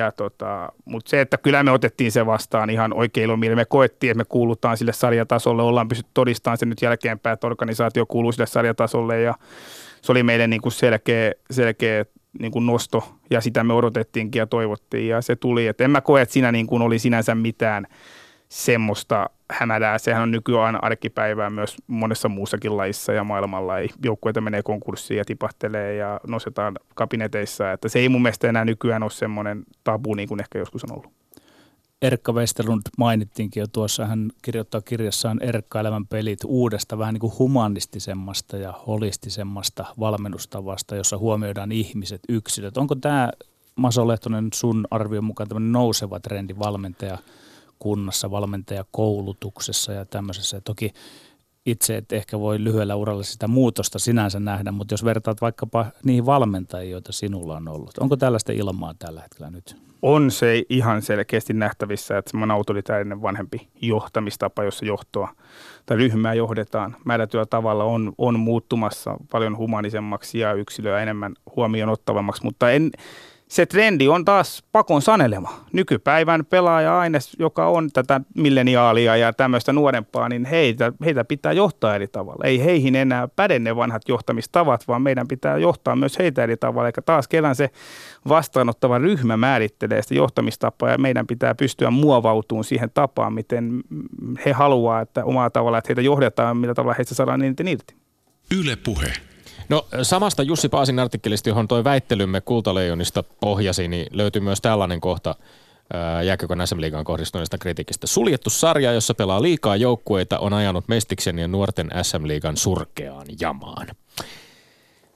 C: Mutta se, että kyllä me otettiin se vastaan ihan oikein ilomielin. Me koettiin, että me kuulutaan sille sarjatasolle, ollaan pystytty todistamaan sen nyt jälkeenpäin, että organisaatio kuuluu sille sarjatasolle, ja se oli meille niin kuin selkeä niin kuin nosto, ja sitä me odotettiinkin ja toivottiin, ja se tuli. Et en mä koe, että siinä niin kuin oli sinänsä mitään semmoista hämärää. Sehän on nykyään arkipäivää myös monessa muussakin lajissa ja maailmalla. Joukkueita menee konkurssiin ja tipahtelee ja nostetaan kabineteissa. Että se ei mun mielestä enää nykyään ole semmoinen tabu niin kuin ehkä joskus on ollut.
D: Erkka Westerlund mainittiinkin jo tuossa. Hän kirjoittaa kirjassaan Erkka-elämän pelit uudesta vähän niin kuin humanistisemmasta ja holistisemmasta valmennustavasta, jossa huomioidaan ihmiset, yksilöt. Onko tämä, Maso Lehtonen, sun arvion mukaan tämmöinen nouseva trendi valmentajakunnassa, valmentajakoulutuksessa ja tämmöisessä? Toki itse et ehkä voi lyhyellä uralla sitä muutosta sinänsä nähdä, mutta jos vertaat vaikkapa niihin valmentajiin, joita sinulla on ollut, onko tällaista ilmaa tällä hetkellä nyt? On
C: se ihan selkeästi nähtävissä, että semmoinen autoritäärinen vanhempi johtamistapa, jossa johtoa tai ryhmää johdetaan määrätyllä tavalla on muuttumassa paljon humanisemmaksi ja yksilöä enemmän huomioon ottavammaksi, mutta se trendi on taas pakon sanelema. Nykypäivän pelaaja-aines, joka on tätä milleniaalia ja tämmöistä nuorempaa, niin heitä pitää johtaa eri tavalla. Ei heihin enää päde ne vanhat johtamistavat, vaan meidän pitää johtaa myös heitä eri tavalla. Eikä taas kerran se vastaanottava ryhmä määrittelee sitä johtamistapaa ja meidän pitää pystyä muovautumaan siihen tapaan, miten he haluaa, että omalla tavalla, että heitä johdetaan, millä tavalla heistä saadaan niitä irti.
E: Yle Puhe.
B: No samasta Jussi Paasin artikkelista, johon toi väittelymme Kultaleijonista pohjasi, niin löytyy myös tällainen kohta jääkiekon SM-liigaan kohdistuneesta kritiikistä. Suljettu sarja, jossa pelaa liikaa joukkueita, on ajanut Mestiksen ja nuorten SM-liigan surkeaan jamaan.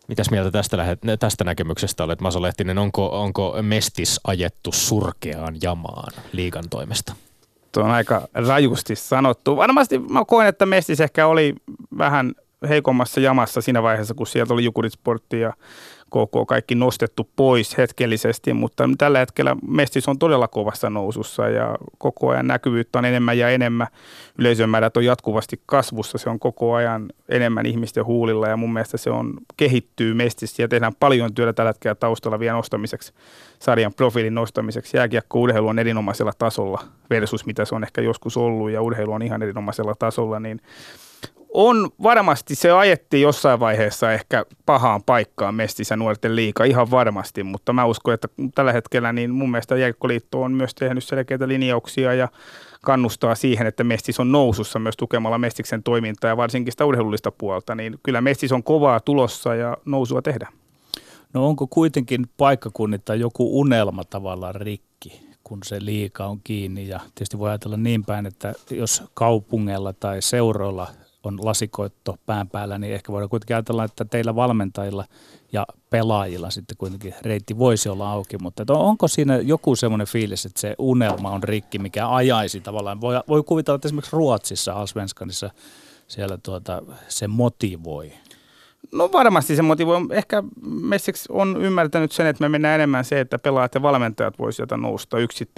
B: Mitäs mieltä tästä näkemyksestä olet, Maso Lehtinen? Onko Mestis ajettu surkeaan jamaan liigan toimesta?
C: Tuo on aika rajusti sanottu. Varmasti mä koen, että Mestis ehkä oli vähän heikommassa jamassa siinä vaiheessa, kun sieltä oli Jukurit-Sportti ja KK kaikki nostettu pois hetkellisesti, mutta tällä hetkellä Mestis on todella kovassa nousussa ja koko ajan näkyvyyttä on enemmän ja enemmän. Yleisön määrät on jatkuvasti kasvussa, se on koko ajan enemmän ihmisten huulilla ja mun mielestä se kehittyy Mestis ja tehdään paljon työtä tällä hetkellä taustalla vielä nostamiseksi, sarjan profiilin nostamiseksi. Jääkiekko-urheilu on erinomaisella tasolla versus mitä se on ehkä joskus ollut ja urheilu on ihan erinomaisella tasolla, niin on varmasti, se ajettiin jossain vaiheessa ehkä pahaan paikkaan Mestis ja nuorten liiga, ihan varmasti, mutta mä uskon, että tällä hetkellä niin mun mielestä Jääkiekkoliitto on myös tehnyt selkeitä linjauksia ja kannustaa siihen, että Mestis on nousussa myös tukemalla Mestiksen toimintaa ja varsinkin sitä urheilullista puolta, niin kyllä Mestis on kovaa tulossa ja nousua tehdään.
D: No onko kuitenkin paikkakunnittain joku unelma tavallaan rikki, kun se liiga on kiinni ja tietysti voi ajatella niin päin, että jos kaupungeilla tai seuroilla on lasikoitto pään päällä, niin ehkä voidaan kuitenkin ajatella, että teillä valmentajilla ja pelaajilla sitten kuitenkin reitti voisi olla auki, mutta onko siinä joku semmoinen fiilis, että se unelma on rikki, mikä ajaisi tavallaan, voi kuvitella, että esimerkiksi Ruotsissa, Allsvenskanissa siellä se motivoi?
C: No varmasti se motivoi. Ehkä Messiks on ymmärtänyt sen, että me mennään enemmän se, että pelaajat ja valmentajat voi sieltä nousta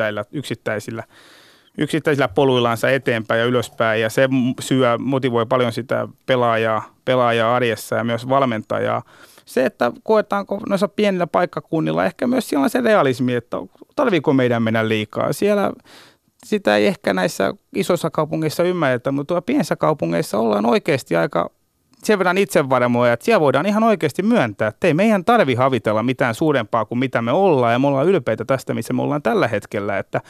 C: yksittäisillä poluillaansa eteenpäin ja ylöspäin, ja se motivoi paljon sitä pelaajaa arjessa ja myös valmentajaa. Se, että koetaanko noissa pienillä paikkakunnilla, ehkä myös siellä on se realismi, että tarviiko meidän mennä liikaa. Siellä sitä ei ehkä näissä isoissa kaupungeissa ymmärretä, mutta tuolla pienissä kaupungeissa ollaan oikeasti aika sen verran itsevarmoja, että siellä voidaan ihan oikeasti myöntää, että ei meidän tarvi havitella mitään suurempaa kuin mitä me ollaan, ja me ollaan ylpeitä tästä, missä me ollaan tällä hetkellä, että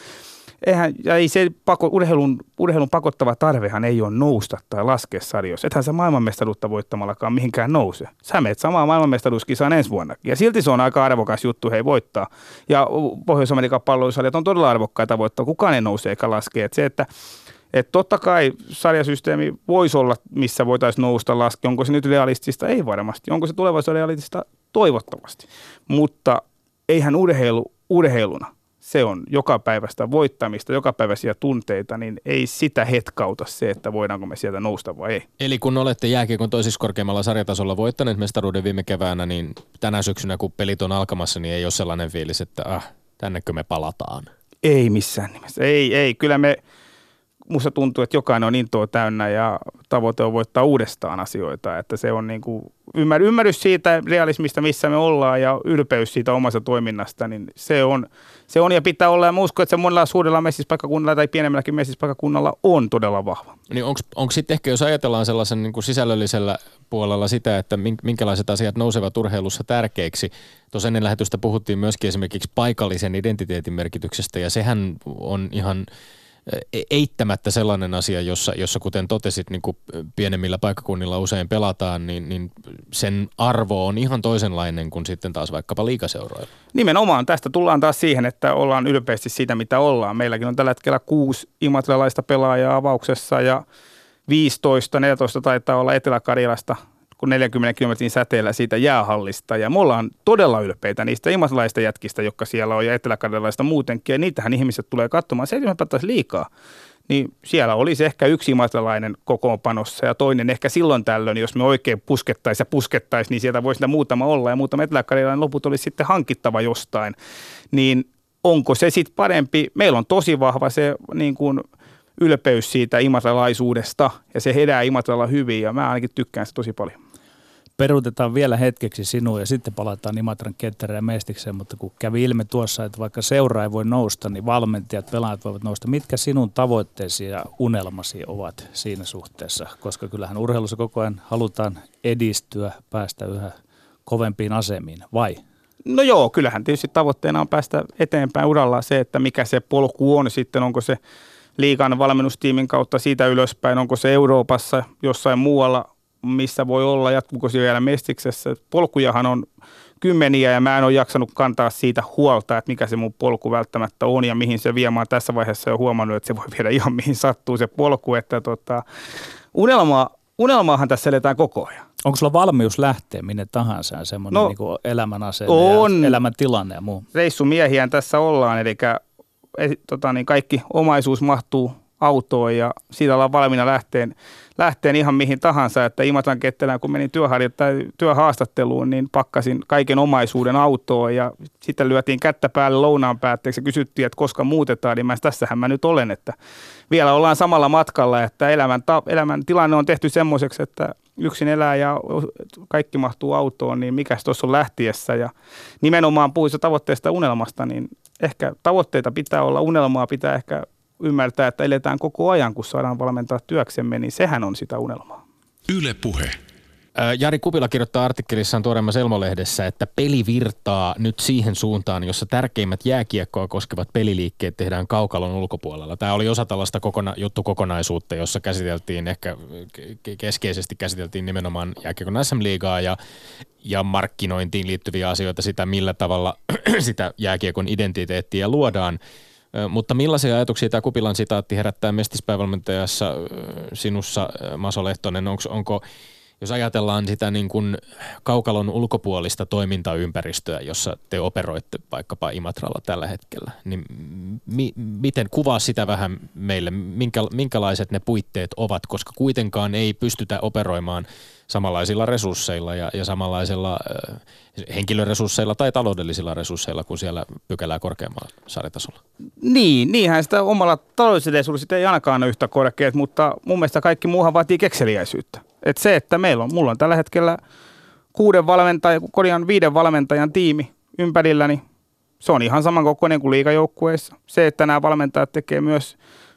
C: ei se urheilun pakottava tarvehan ei ole nousta tai laskea sarjoissa. Ethän sä maailmanmestaruutta voittamallakaan mihinkään nouse. Sä meet samaa maailmanmestaruuskisaan ensi vuonnakin. Ja silti se on aika arvokas juttu voittaa. Ja Pohjois-Amerikan palloilusarjat on todella arvokkaita voittaa. Kukaan ei nouse eikä laske. Että totta kai sarjasysteemi voisi olla, missä voitaisiin nousta, laskea. Onko se nyt realistista? Ei varmasti. Onko se tulevaisuudessa realistista? Toivottavasti. Mutta eihän urheiluna. Se on jokapäiväistä voittamista, jokapäiväisiä tunteita, niin ei sitä hetkauta se, että voidaanko me sieltä nousta vai ei.
B: Eli kun olette jääkiekon toisissa korkeammalla sarjatasolla voittaneet mestaruuden viime keväänä, niin tänä syksynä kun pelit on alkamassa, niin ei ole sellainen fiilis, että tännekö me palataan?
C: Ei missään nimessä. Ei. Kyllä musta tuntuu, että jokainen on intoa täynnä ja tavoite on voittaa uudestaan asioita, että se on niin kuin ymmärrys siitä realismista, missä me ollaan ja ylpeys siitä omasta toiminnasta, niin se on ja pitää olla, ja mä uskon, että se monella suurella messispaikkakunnalla tai pienemmälläkin messispaikkakunnalla on todella vahva.
B: Niin onko sitten ehkä, jos ajatellaan sellaisen niin kuin sisällöllisellä puolella sitä, että minkälaiset asiat nousevat urheilussa tärkeiksi. Tuossa ennen lähetystä puhuttiin myöskin esimerkiksi paikallisen identiteetin merkityksestä, ja sehän on ihan eittämättä sellainen asia, jossa kuten totesit, niin kuin pienemmillä paikkakunnilla usein pelataan, niin sen arvo on ihan toisenlainen kuin sitten taas vaikkapa liigaseuroilla. Nimenomaan. Tästä tullaan taas siihen, että ollaan ylpeästi siitä, mitä ollaan. Meilläkin on tällä hetkellä 6 imatralaista pelaajaa avauksessa ja 14 taitaa olla Etelä-Karjalasta, kun 40 kilometrin säteellä siitä jäähallista. Ja me ollaan todella ylpeitä niistä imatralaista jätkistä, jotka siellä on, ja eteläkarjalaista muutenkin. Ja niitähän ihmiset tulee katsomaan. Se, että me päättäisiin liikaa, niin siellä olisi ehkä yksi imatralainen kokoonpanossa ja toinen ehkä silloin tällöin, jos me oikein puskettaisiin, niin sieltä voisi muutama olla ja muutama eteläkarjalainen, loput olisi sitten hankittava jostain. Niin onko se sitten parempi? Meillä on tosi vahva se niin kuin ylpeys siitä imatralaisuudesta ja se herää Imatralla hyvin ja mä ainakin tykkään sitä tosi paljon.
D: Peruutetaan vielä hetkeksi sinua ja sitten palataan Imatran Ketterään ja Mestikseen, mutta kun kävi ilme tuossa, että vaikka seura ei voi nousta, niin valmentajat, pelaajat voivat nousta. Mitkä sinun tavoitteesi ja unelmasi ovat siinä suhteessa? Koska kyllähän urheilussa koko ajan halutaan edistyä, päästä yhä kovempiin asemiin, vai?
C: No joo, kyllähän tietysti tavoitteena on päästä eteenpäin uralla se, että mikä se polku on sitten, onko se liigan valmennustiimin kautta siitä ylöspäin, onko se Euroopassa jossain muualla, missä voi olla, jatkuuko se vielä Mestiksessä. Polkujahan on kymmeniä ja mä en ole jaksanut kantaa siitä huolta, että mikä se mun polku välttämättä on ja mihin se vie. Mä oon tässä vaiheessa jo huomannut, että se voi viedä ihan mihin sattuu se polku. Että unelmaahan tässä eletään koko ajan.
D: Onko sulla valmius lähteä minne tahansa, semmoinen niin elämän asenne ja elämän tilanne ja muu?
C: Reissumiehiään tässä ollaan, eli kaikki omaisuus mahtuu autoon ja siitä ollaan valmiina lähteen ihan mihin tahansa, että Imatran Ketterään, kun menin työhaastatteluun, niin pakkasin kaiken omaisuuden autoon ja sitten lyötiin kättä päälle lounaan päätteeksi ja kysyttiin, että koska muutetaan, niin tässähän mä nyt olen, että vielä ollaan samalla matkalla, että elämän tilanne on tehty semmoiseksi, että yksin elää ja kaikki mahtuu autoon, niin mikäs tuossa on lähtiessä ja nimenomaan puhuissa tavoitteesta unelmasta, niin ehkä tavoitteita pitää olla, unelmaa pitää ehkä ymmärtää, että eletään koko ajan, kun saadaan valmentaa työksemme, niin sehän on sitä unelmaa.
E: Yle Puhe.
B: Jari Kupila kirjoittaa artikkelissaan tuoreemmassa Elmo-lehdessä, että peli virtaa nyt siihen suuntaan, jossa tärkeimmät jääkiekkoa koskevat peliliikkeet tehdään kaukalon ulkopuolella. Tämä oli osa tällaista juttukokonaisuutta, jossa keskeisesti käsiteltiin nimenomaan jääkiekon SM-liigaa ja markkinointiin liittyviä asioita, sitä millä tavalla sitä jääkiekon identiteettiä luodaan. Mutta millaisia ajatuksia tämä Kupilan sitaatti herättää mestispäävalmentajassa sinussa, Maso Lehtonen? Onko, jos ajatellaan sitä niin kuin kaukalon ulkopuolista toimintaympäristöä, jossa te operoitte vaikkapa Imatralla tällä hetkellä, niin miten kuvaa sitä vähän meille, minkälaiset ne puitteet ovat, koska kuitenkaan ei pystytä operoimaan samanlaisilla resursseilla ja samanlaisilla henkilöresursseilla tai taloudellisilla resursseilla kuin siellä pykälää korkeammalla sarjatasolla.
C: Niinhän sitä omalla taloudelliset resurssit ei ainakaan ole yhtä korkeat, mutta mun mielestä kaikki muuhan vaatii kekseliäisyyttä. Että se, että mulla on tällä hetkellä 5 valmentajan tiimi ympärilläni, se on ihan samankokoinen kuin liigajoukkueessa. Se, että nämä valmentajat tekee myös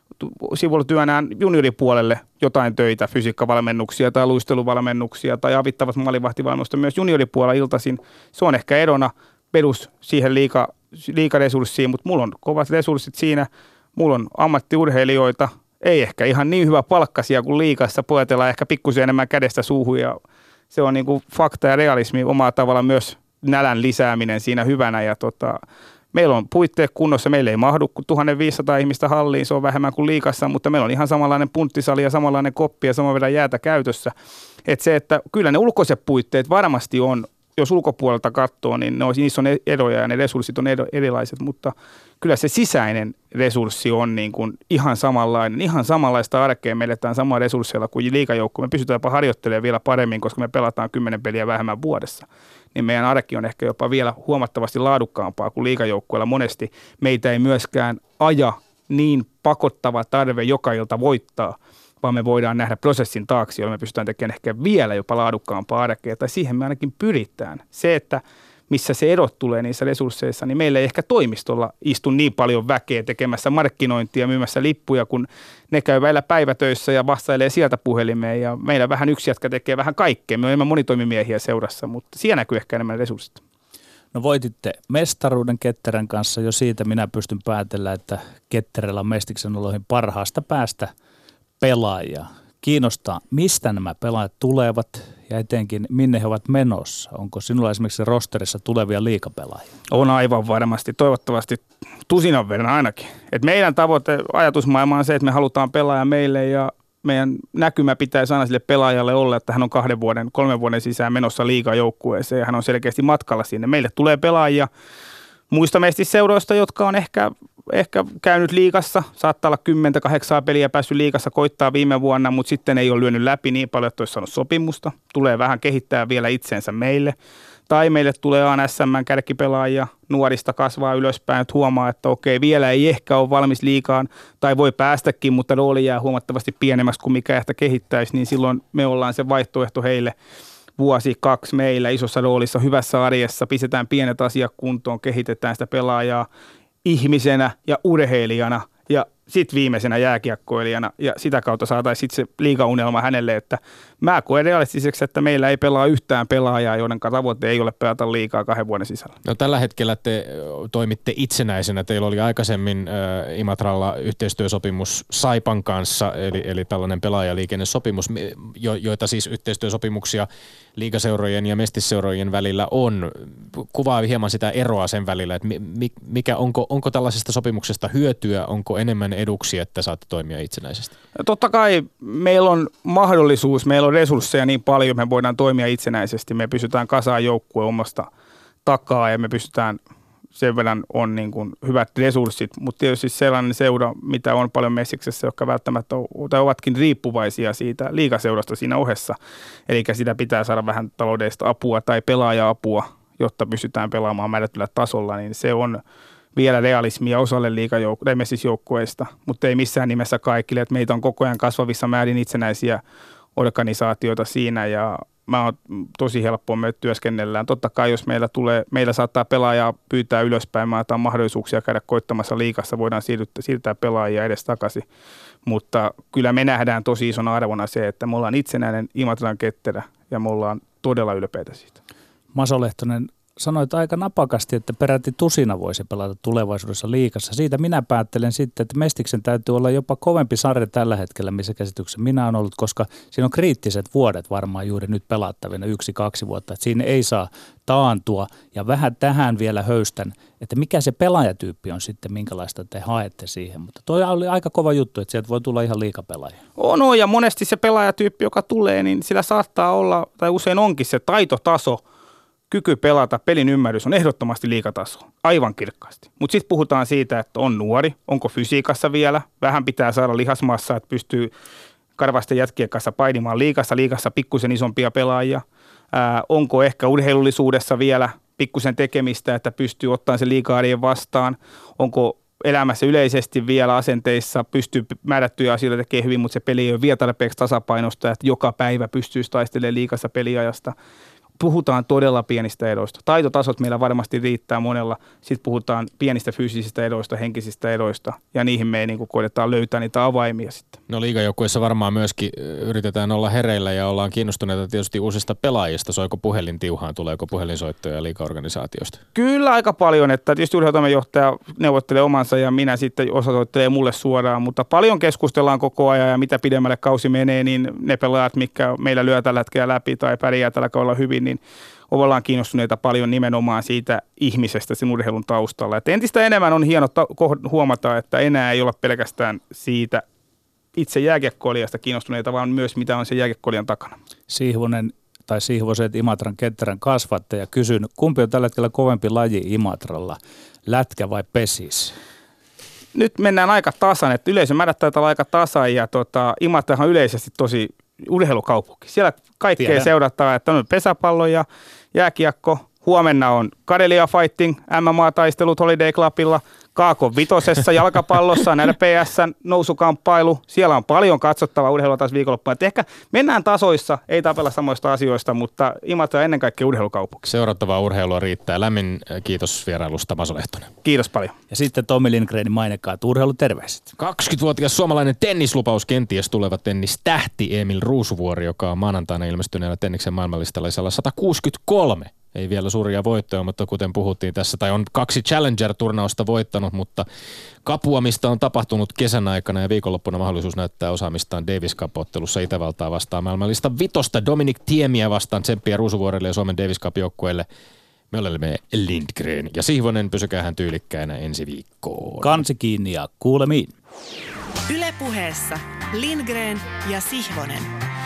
C: sivutyönään junioripuolelle jotain töitä, fysiikkavalmennuksia tai luisteluvalmennuksia tai avittavat maalivahtivalmennusta myös junioripuolella iltaisin. Se on ehkä erona perus siihen liikaresurssiin, mutta mulla on kovat resurssit siinä. Mulla on ammattiurheilijoita, ei ehkä ihan niin hyvä palkkasia kuin liigassa, poetellaan ehkä pikkusen enemmän kädestä suuhun ja se on niin kuin fakta ja realismi omalla tavalla myös nälän lisääminen siinä hyvänä ja meillä on puitteet kunnossa, meillä ei mahdu kuin 1500 ihmistä halliin, se on vähemmän kuin liigassa, mutta meillä on ihan samanlainen punttisali ja samanlainen koppi ja saman verran jäätä käytössä. Että se, että kyllä ne ulkoiset puitteet varmasti on, jos ulkopuolelta katsoo, niin niissä on eroja ja ne resurssit on erilaiset, mutta kyllä se sisäinen resurssi on niin kuin ihan samanlainen, ihan samanlaista arkea, me eletään samaa resursseilla kuin liigajoukko. Me pystytään jopa harjoittelemaan vielä paremmin, koska me pelataan 10 peliä vähemmän vuodessa. Niin meidän arki on ehkä jopa vielä huomattavasti laadukkaampaa kuin liigajoukkueella monesti. Meitä ei myöskään aja niin pakottava tarve joka ilta voittaa, vaan me voidaan nähdä prosessin taakse, jolloin me pystytään tekemään ehkä vielä jopa laadukkaampaa arkea, tai siihen me ainakin pyritään. Se, että missä se erot tulee niissä resursseissa, niin meillä ei ehkä toimistolla istu niin paljon väkeä tekemässä markkinointia, myymässä lippuja, kun ne käy välillä päivätöissä ja vastailee sieltä puhelimeen, ja meillä vähän yksi jätkä tekee vähän kaikkea. Me olemme monitoimimiehiä seurassa, mutta siellä näkyy ehkä enemmän resurssit.
D: No voititte mestaruuden Ketterän kanssa, jo siitä minä pystyn päätellä, että Ketterällä on mestiksen oloihin parhaasta päästä pelaajia. Kiinnostaa, mistä nämä pelaajat tulevat ja etenkin minne he ovat menossa. Onko sinulla esimerkiksi rosterissa tulevia liigapelaajia? On
C: aivan varmasti, toivottavasti tusinan verran ainakin. Et meidän tavoite, ajatusmaailma on se, että me halutaan pelaaja meille ja meidän näkymä pitäisi aina sille pelaajalle olla, että hän on 3 vuoden sisään menossa liigajoukkueeseen ja hän on selkeästi matkalla sinne. Meille tulee pelaajia muista mestiseuroista, jotka on ehkä käynyt liigassa, saattaa olla 10-8 peliä päässyt liigassa koittaa viime vuonna, mutta sitten ei ole lyönyt läpi niin paljon, että olisi saanut sopimusta. Tulee vähän kehittää vielä itsensä meille. Tai meille tulee ANSM:n kärkipelaajia, nuorista kasvaa ylöspäin, että huomaa, että okei, vielä ei ehkä ole valmis liigaan, tai voi päästäkin, mutta rooli jää huomattavasti pienemmäksi kuin mikä ehkä kehittäisi, niin silloin me ollaan se vaihtoehto heille. 1-2 meillä isossa roolissa, hyvässä arjessa, pistetään pienet asiat kuntoon, kehitetään sitä pelaajaa ihmisenä ja urheilijana ja sitten viimeisenä jääkiekkoilijana ja sitä kautta saataisiin sitten se liigaunelma hänelle, että mä koen realistiseksi, että meillä ei pelaa yhtään pelaajaa, joiden tavoite ei ole pelata liigaa 2 vuoden sisällä.
B: No tällä hetkellä te toimitte itsenäisenä. Teillä oli aikaisemmin Imatralla yhteistyösopimus Saipan kanssa, eli tällainen pelaajaliikennesopimus, joita siis yhteistyösopimuksia liigaseurojen ja mestisseurojen välillä on. Kuvaa hieman sitä eroa sen välillä, että onko tällaisesta sopimuksesta hyötyä, onko enemmän eduksi, että saatte toimia itsenäisesti?
C: Totta kai meillä on mahdollisuus, meillä on resursseja niin paljon, me voidaan toimia itsenäisesti. Me pystytään kasaan joukkueen omasta takaa ja me pystytään, sen verran on niin kuin hyvät resurssit, mutta tietysti sellainen seura, mitä on paljon Messiksessä, jotka välttämättä tai ovatkin riippuvaisia siitä liigaseurasta siinä ohessa. Eli sitä pitää saada vähän taloudellista apua tai pelaaja-apua, jotta pystytään pelaamaan määrätyllä tasolla, niin se on vielä realismia osalle Messisjoukkueista, mutta ei missään nimessä kaikille. Että meitä on koko ajan kasvavissa määrin itsenäisiä organisaatioita siinä ja mä oon tosi helppoa, me työskennellään. Totta kai, jos meillä saattaa pelaajaa pyytää ylöspäin, mä otan mahdollisuuksia käydä koittamassa liigassa, voidaan siirtää pelaajia edes takaisin. Mutta kyllä me nähdään tosi isona arvona se, että me ollaan itsenäinen Imatran ketterä ja me ollaan todella ylpeitä siitä.
D: Maso Lehtonen, sanoit aika napakasti, että peräti tusina voisi pelata tulevaisuudessa liigassa. Siitä minä päättelen sitten, että Mestiksen täytyy olla jopa kovempi sarja tällä hetkellä, missä käsityksessä minä olen ollut, koska siinä on kriittiset vuodet varmaan juuri nyt pelattavina 1-2 vuotta. Että siinä ei saa taantua ja vähän tähän vielä höystän, että mikä se pelaajatyyppi on sitten, minkälaista te haette siihen. Mutta toi oli aika kova juttu, että sieltä voi tulla ihan liigapelaaja.
C: On ja monesti se pelaajatyyppi, joka tulee, niin sillä saattaa olla, tai usein onkin se taitotaso, kyky pelata, pelin ymmärrys on ehdottomasti liigataso, aivan kirkkaasti. Mutta sitten puhutaan siitä, että on nuori, onko fysiikassa vielä, vähän pitää saada lihasmassa, että pystyy karvasten jätkien kanssa painimaan liigassa pikkusen isompia pelaajia. Onko ehkä urheilullisuudessa vielä pikkusen tekemistä, että pystyy ottamaan se liiga-arjen vastaan, onko elämässä yleisesti vielä asenteissa, pystyy määrättyjä asioita tekemään hyvin, mutta se peli ei ole vielä tarpeeksi tasapainosta, että joka päivä pystyisi taistelemaan liigassa peliajasta. Puhutaan todella pienistä eroista. Taitotasot meillä varmasti riittää monella. Sitten puhutaan pienistä fyysisistä eroista, henkisistä eroista ja niihin me niin koetetaan löytää niitä avaimia sitten.
B: No liigajoukkueessa varmaan myöskin yritetään olla hereillä ja ollaan kiinnostuneita tietysti uusista pelaajista. Soiko puhelin tiuhaan, tuleeko puhelinsoittoja liigaorganisaatiosta?
C: Kyllä aika paljon, että tietysti urheilutoimenjohtaja neuvottelee omansa ja minä sitten osoittelee mulle suoraan, mutta paljon keskustellaan koko ajan ja mitä pidemmälle kausi menee, niin ne pelaajat, mitkä meillä lyö tällä hetkellä läpi tai pärjää tällä kaudella hyvin, niin ollaan kiinnostuneita paljon nimenomaan siitä ihmisestä sen urheilun taustalla. Et entistä enemmän on hieno huomata, että enää ei olla pelkästään siitä itse jääkiekkoilijasta kiinnostuneita, vaan myös mitä on se jääkiekkoilijan takana.
D: Sihvoset Imatran ketterän kasvattaja, kysyn, kumpi on tällä hetkellä kovempi laji Imatralla, lätkä vai pesis?
C: Nyt mennään aika tasan, että yleisömäärät taitaa olla aika tasan ja Imatrahan yleisesti tosi urheilukaupunki. Siellä kaikkea seurataan, että on pesäpallo ja jääkiekko. Huomenna on Kadelia Fighting, MMA-taistelut Holiday Clubilla, Kaakon vitosessa jalkapallossa, RPS:n nousukamppailu. Siellä on paljon katsottavaa urheilua taas viikonloppuna. Ehkä mennään tasoissa, ei tapella samoista asioista, mutta Imatra on ennen kaikkea urheilukaupunki.
B: Seurattavaa urheilua riittää. Lämmin kiitos vierailusta, Maso Lehtonen.
C: Kiitos paljon.
D: Ja sitten Tommi Lindgrenin mainekkaat urheiluterveiset.
B: 20-vuotias suomalainen tennislupaus, kenties tuleva tennistähti Emil Ruusuvuori, joka on maanantaina ilmestyneellä tenniksen maailmanlistalla 163. Ei vielä suuria voittoja, mutta kuten puhuttiin tässä, tai on 2 Challenger-turnausta voittanut, mutta kapuamista on tapahtunut kesän aikana ja viikonloppuna mahdollisuus näyttää osaamistaan Davis Cup-ottelussa Itävaltaa vastaan maailmanlistan 5. Dominic Thiemiä vastaan, tsemppiä Ruusuvuorelle ja Suomen Davis Cup-joukkueelle. Me olemme Lindgren ja Sihvonen, pysykäähän tyylikkäänä ensi viikkoon.
D: Kansi kiinni ja kuulemiin.
A: Yle Puheessa Lindgren ja Sihvonen.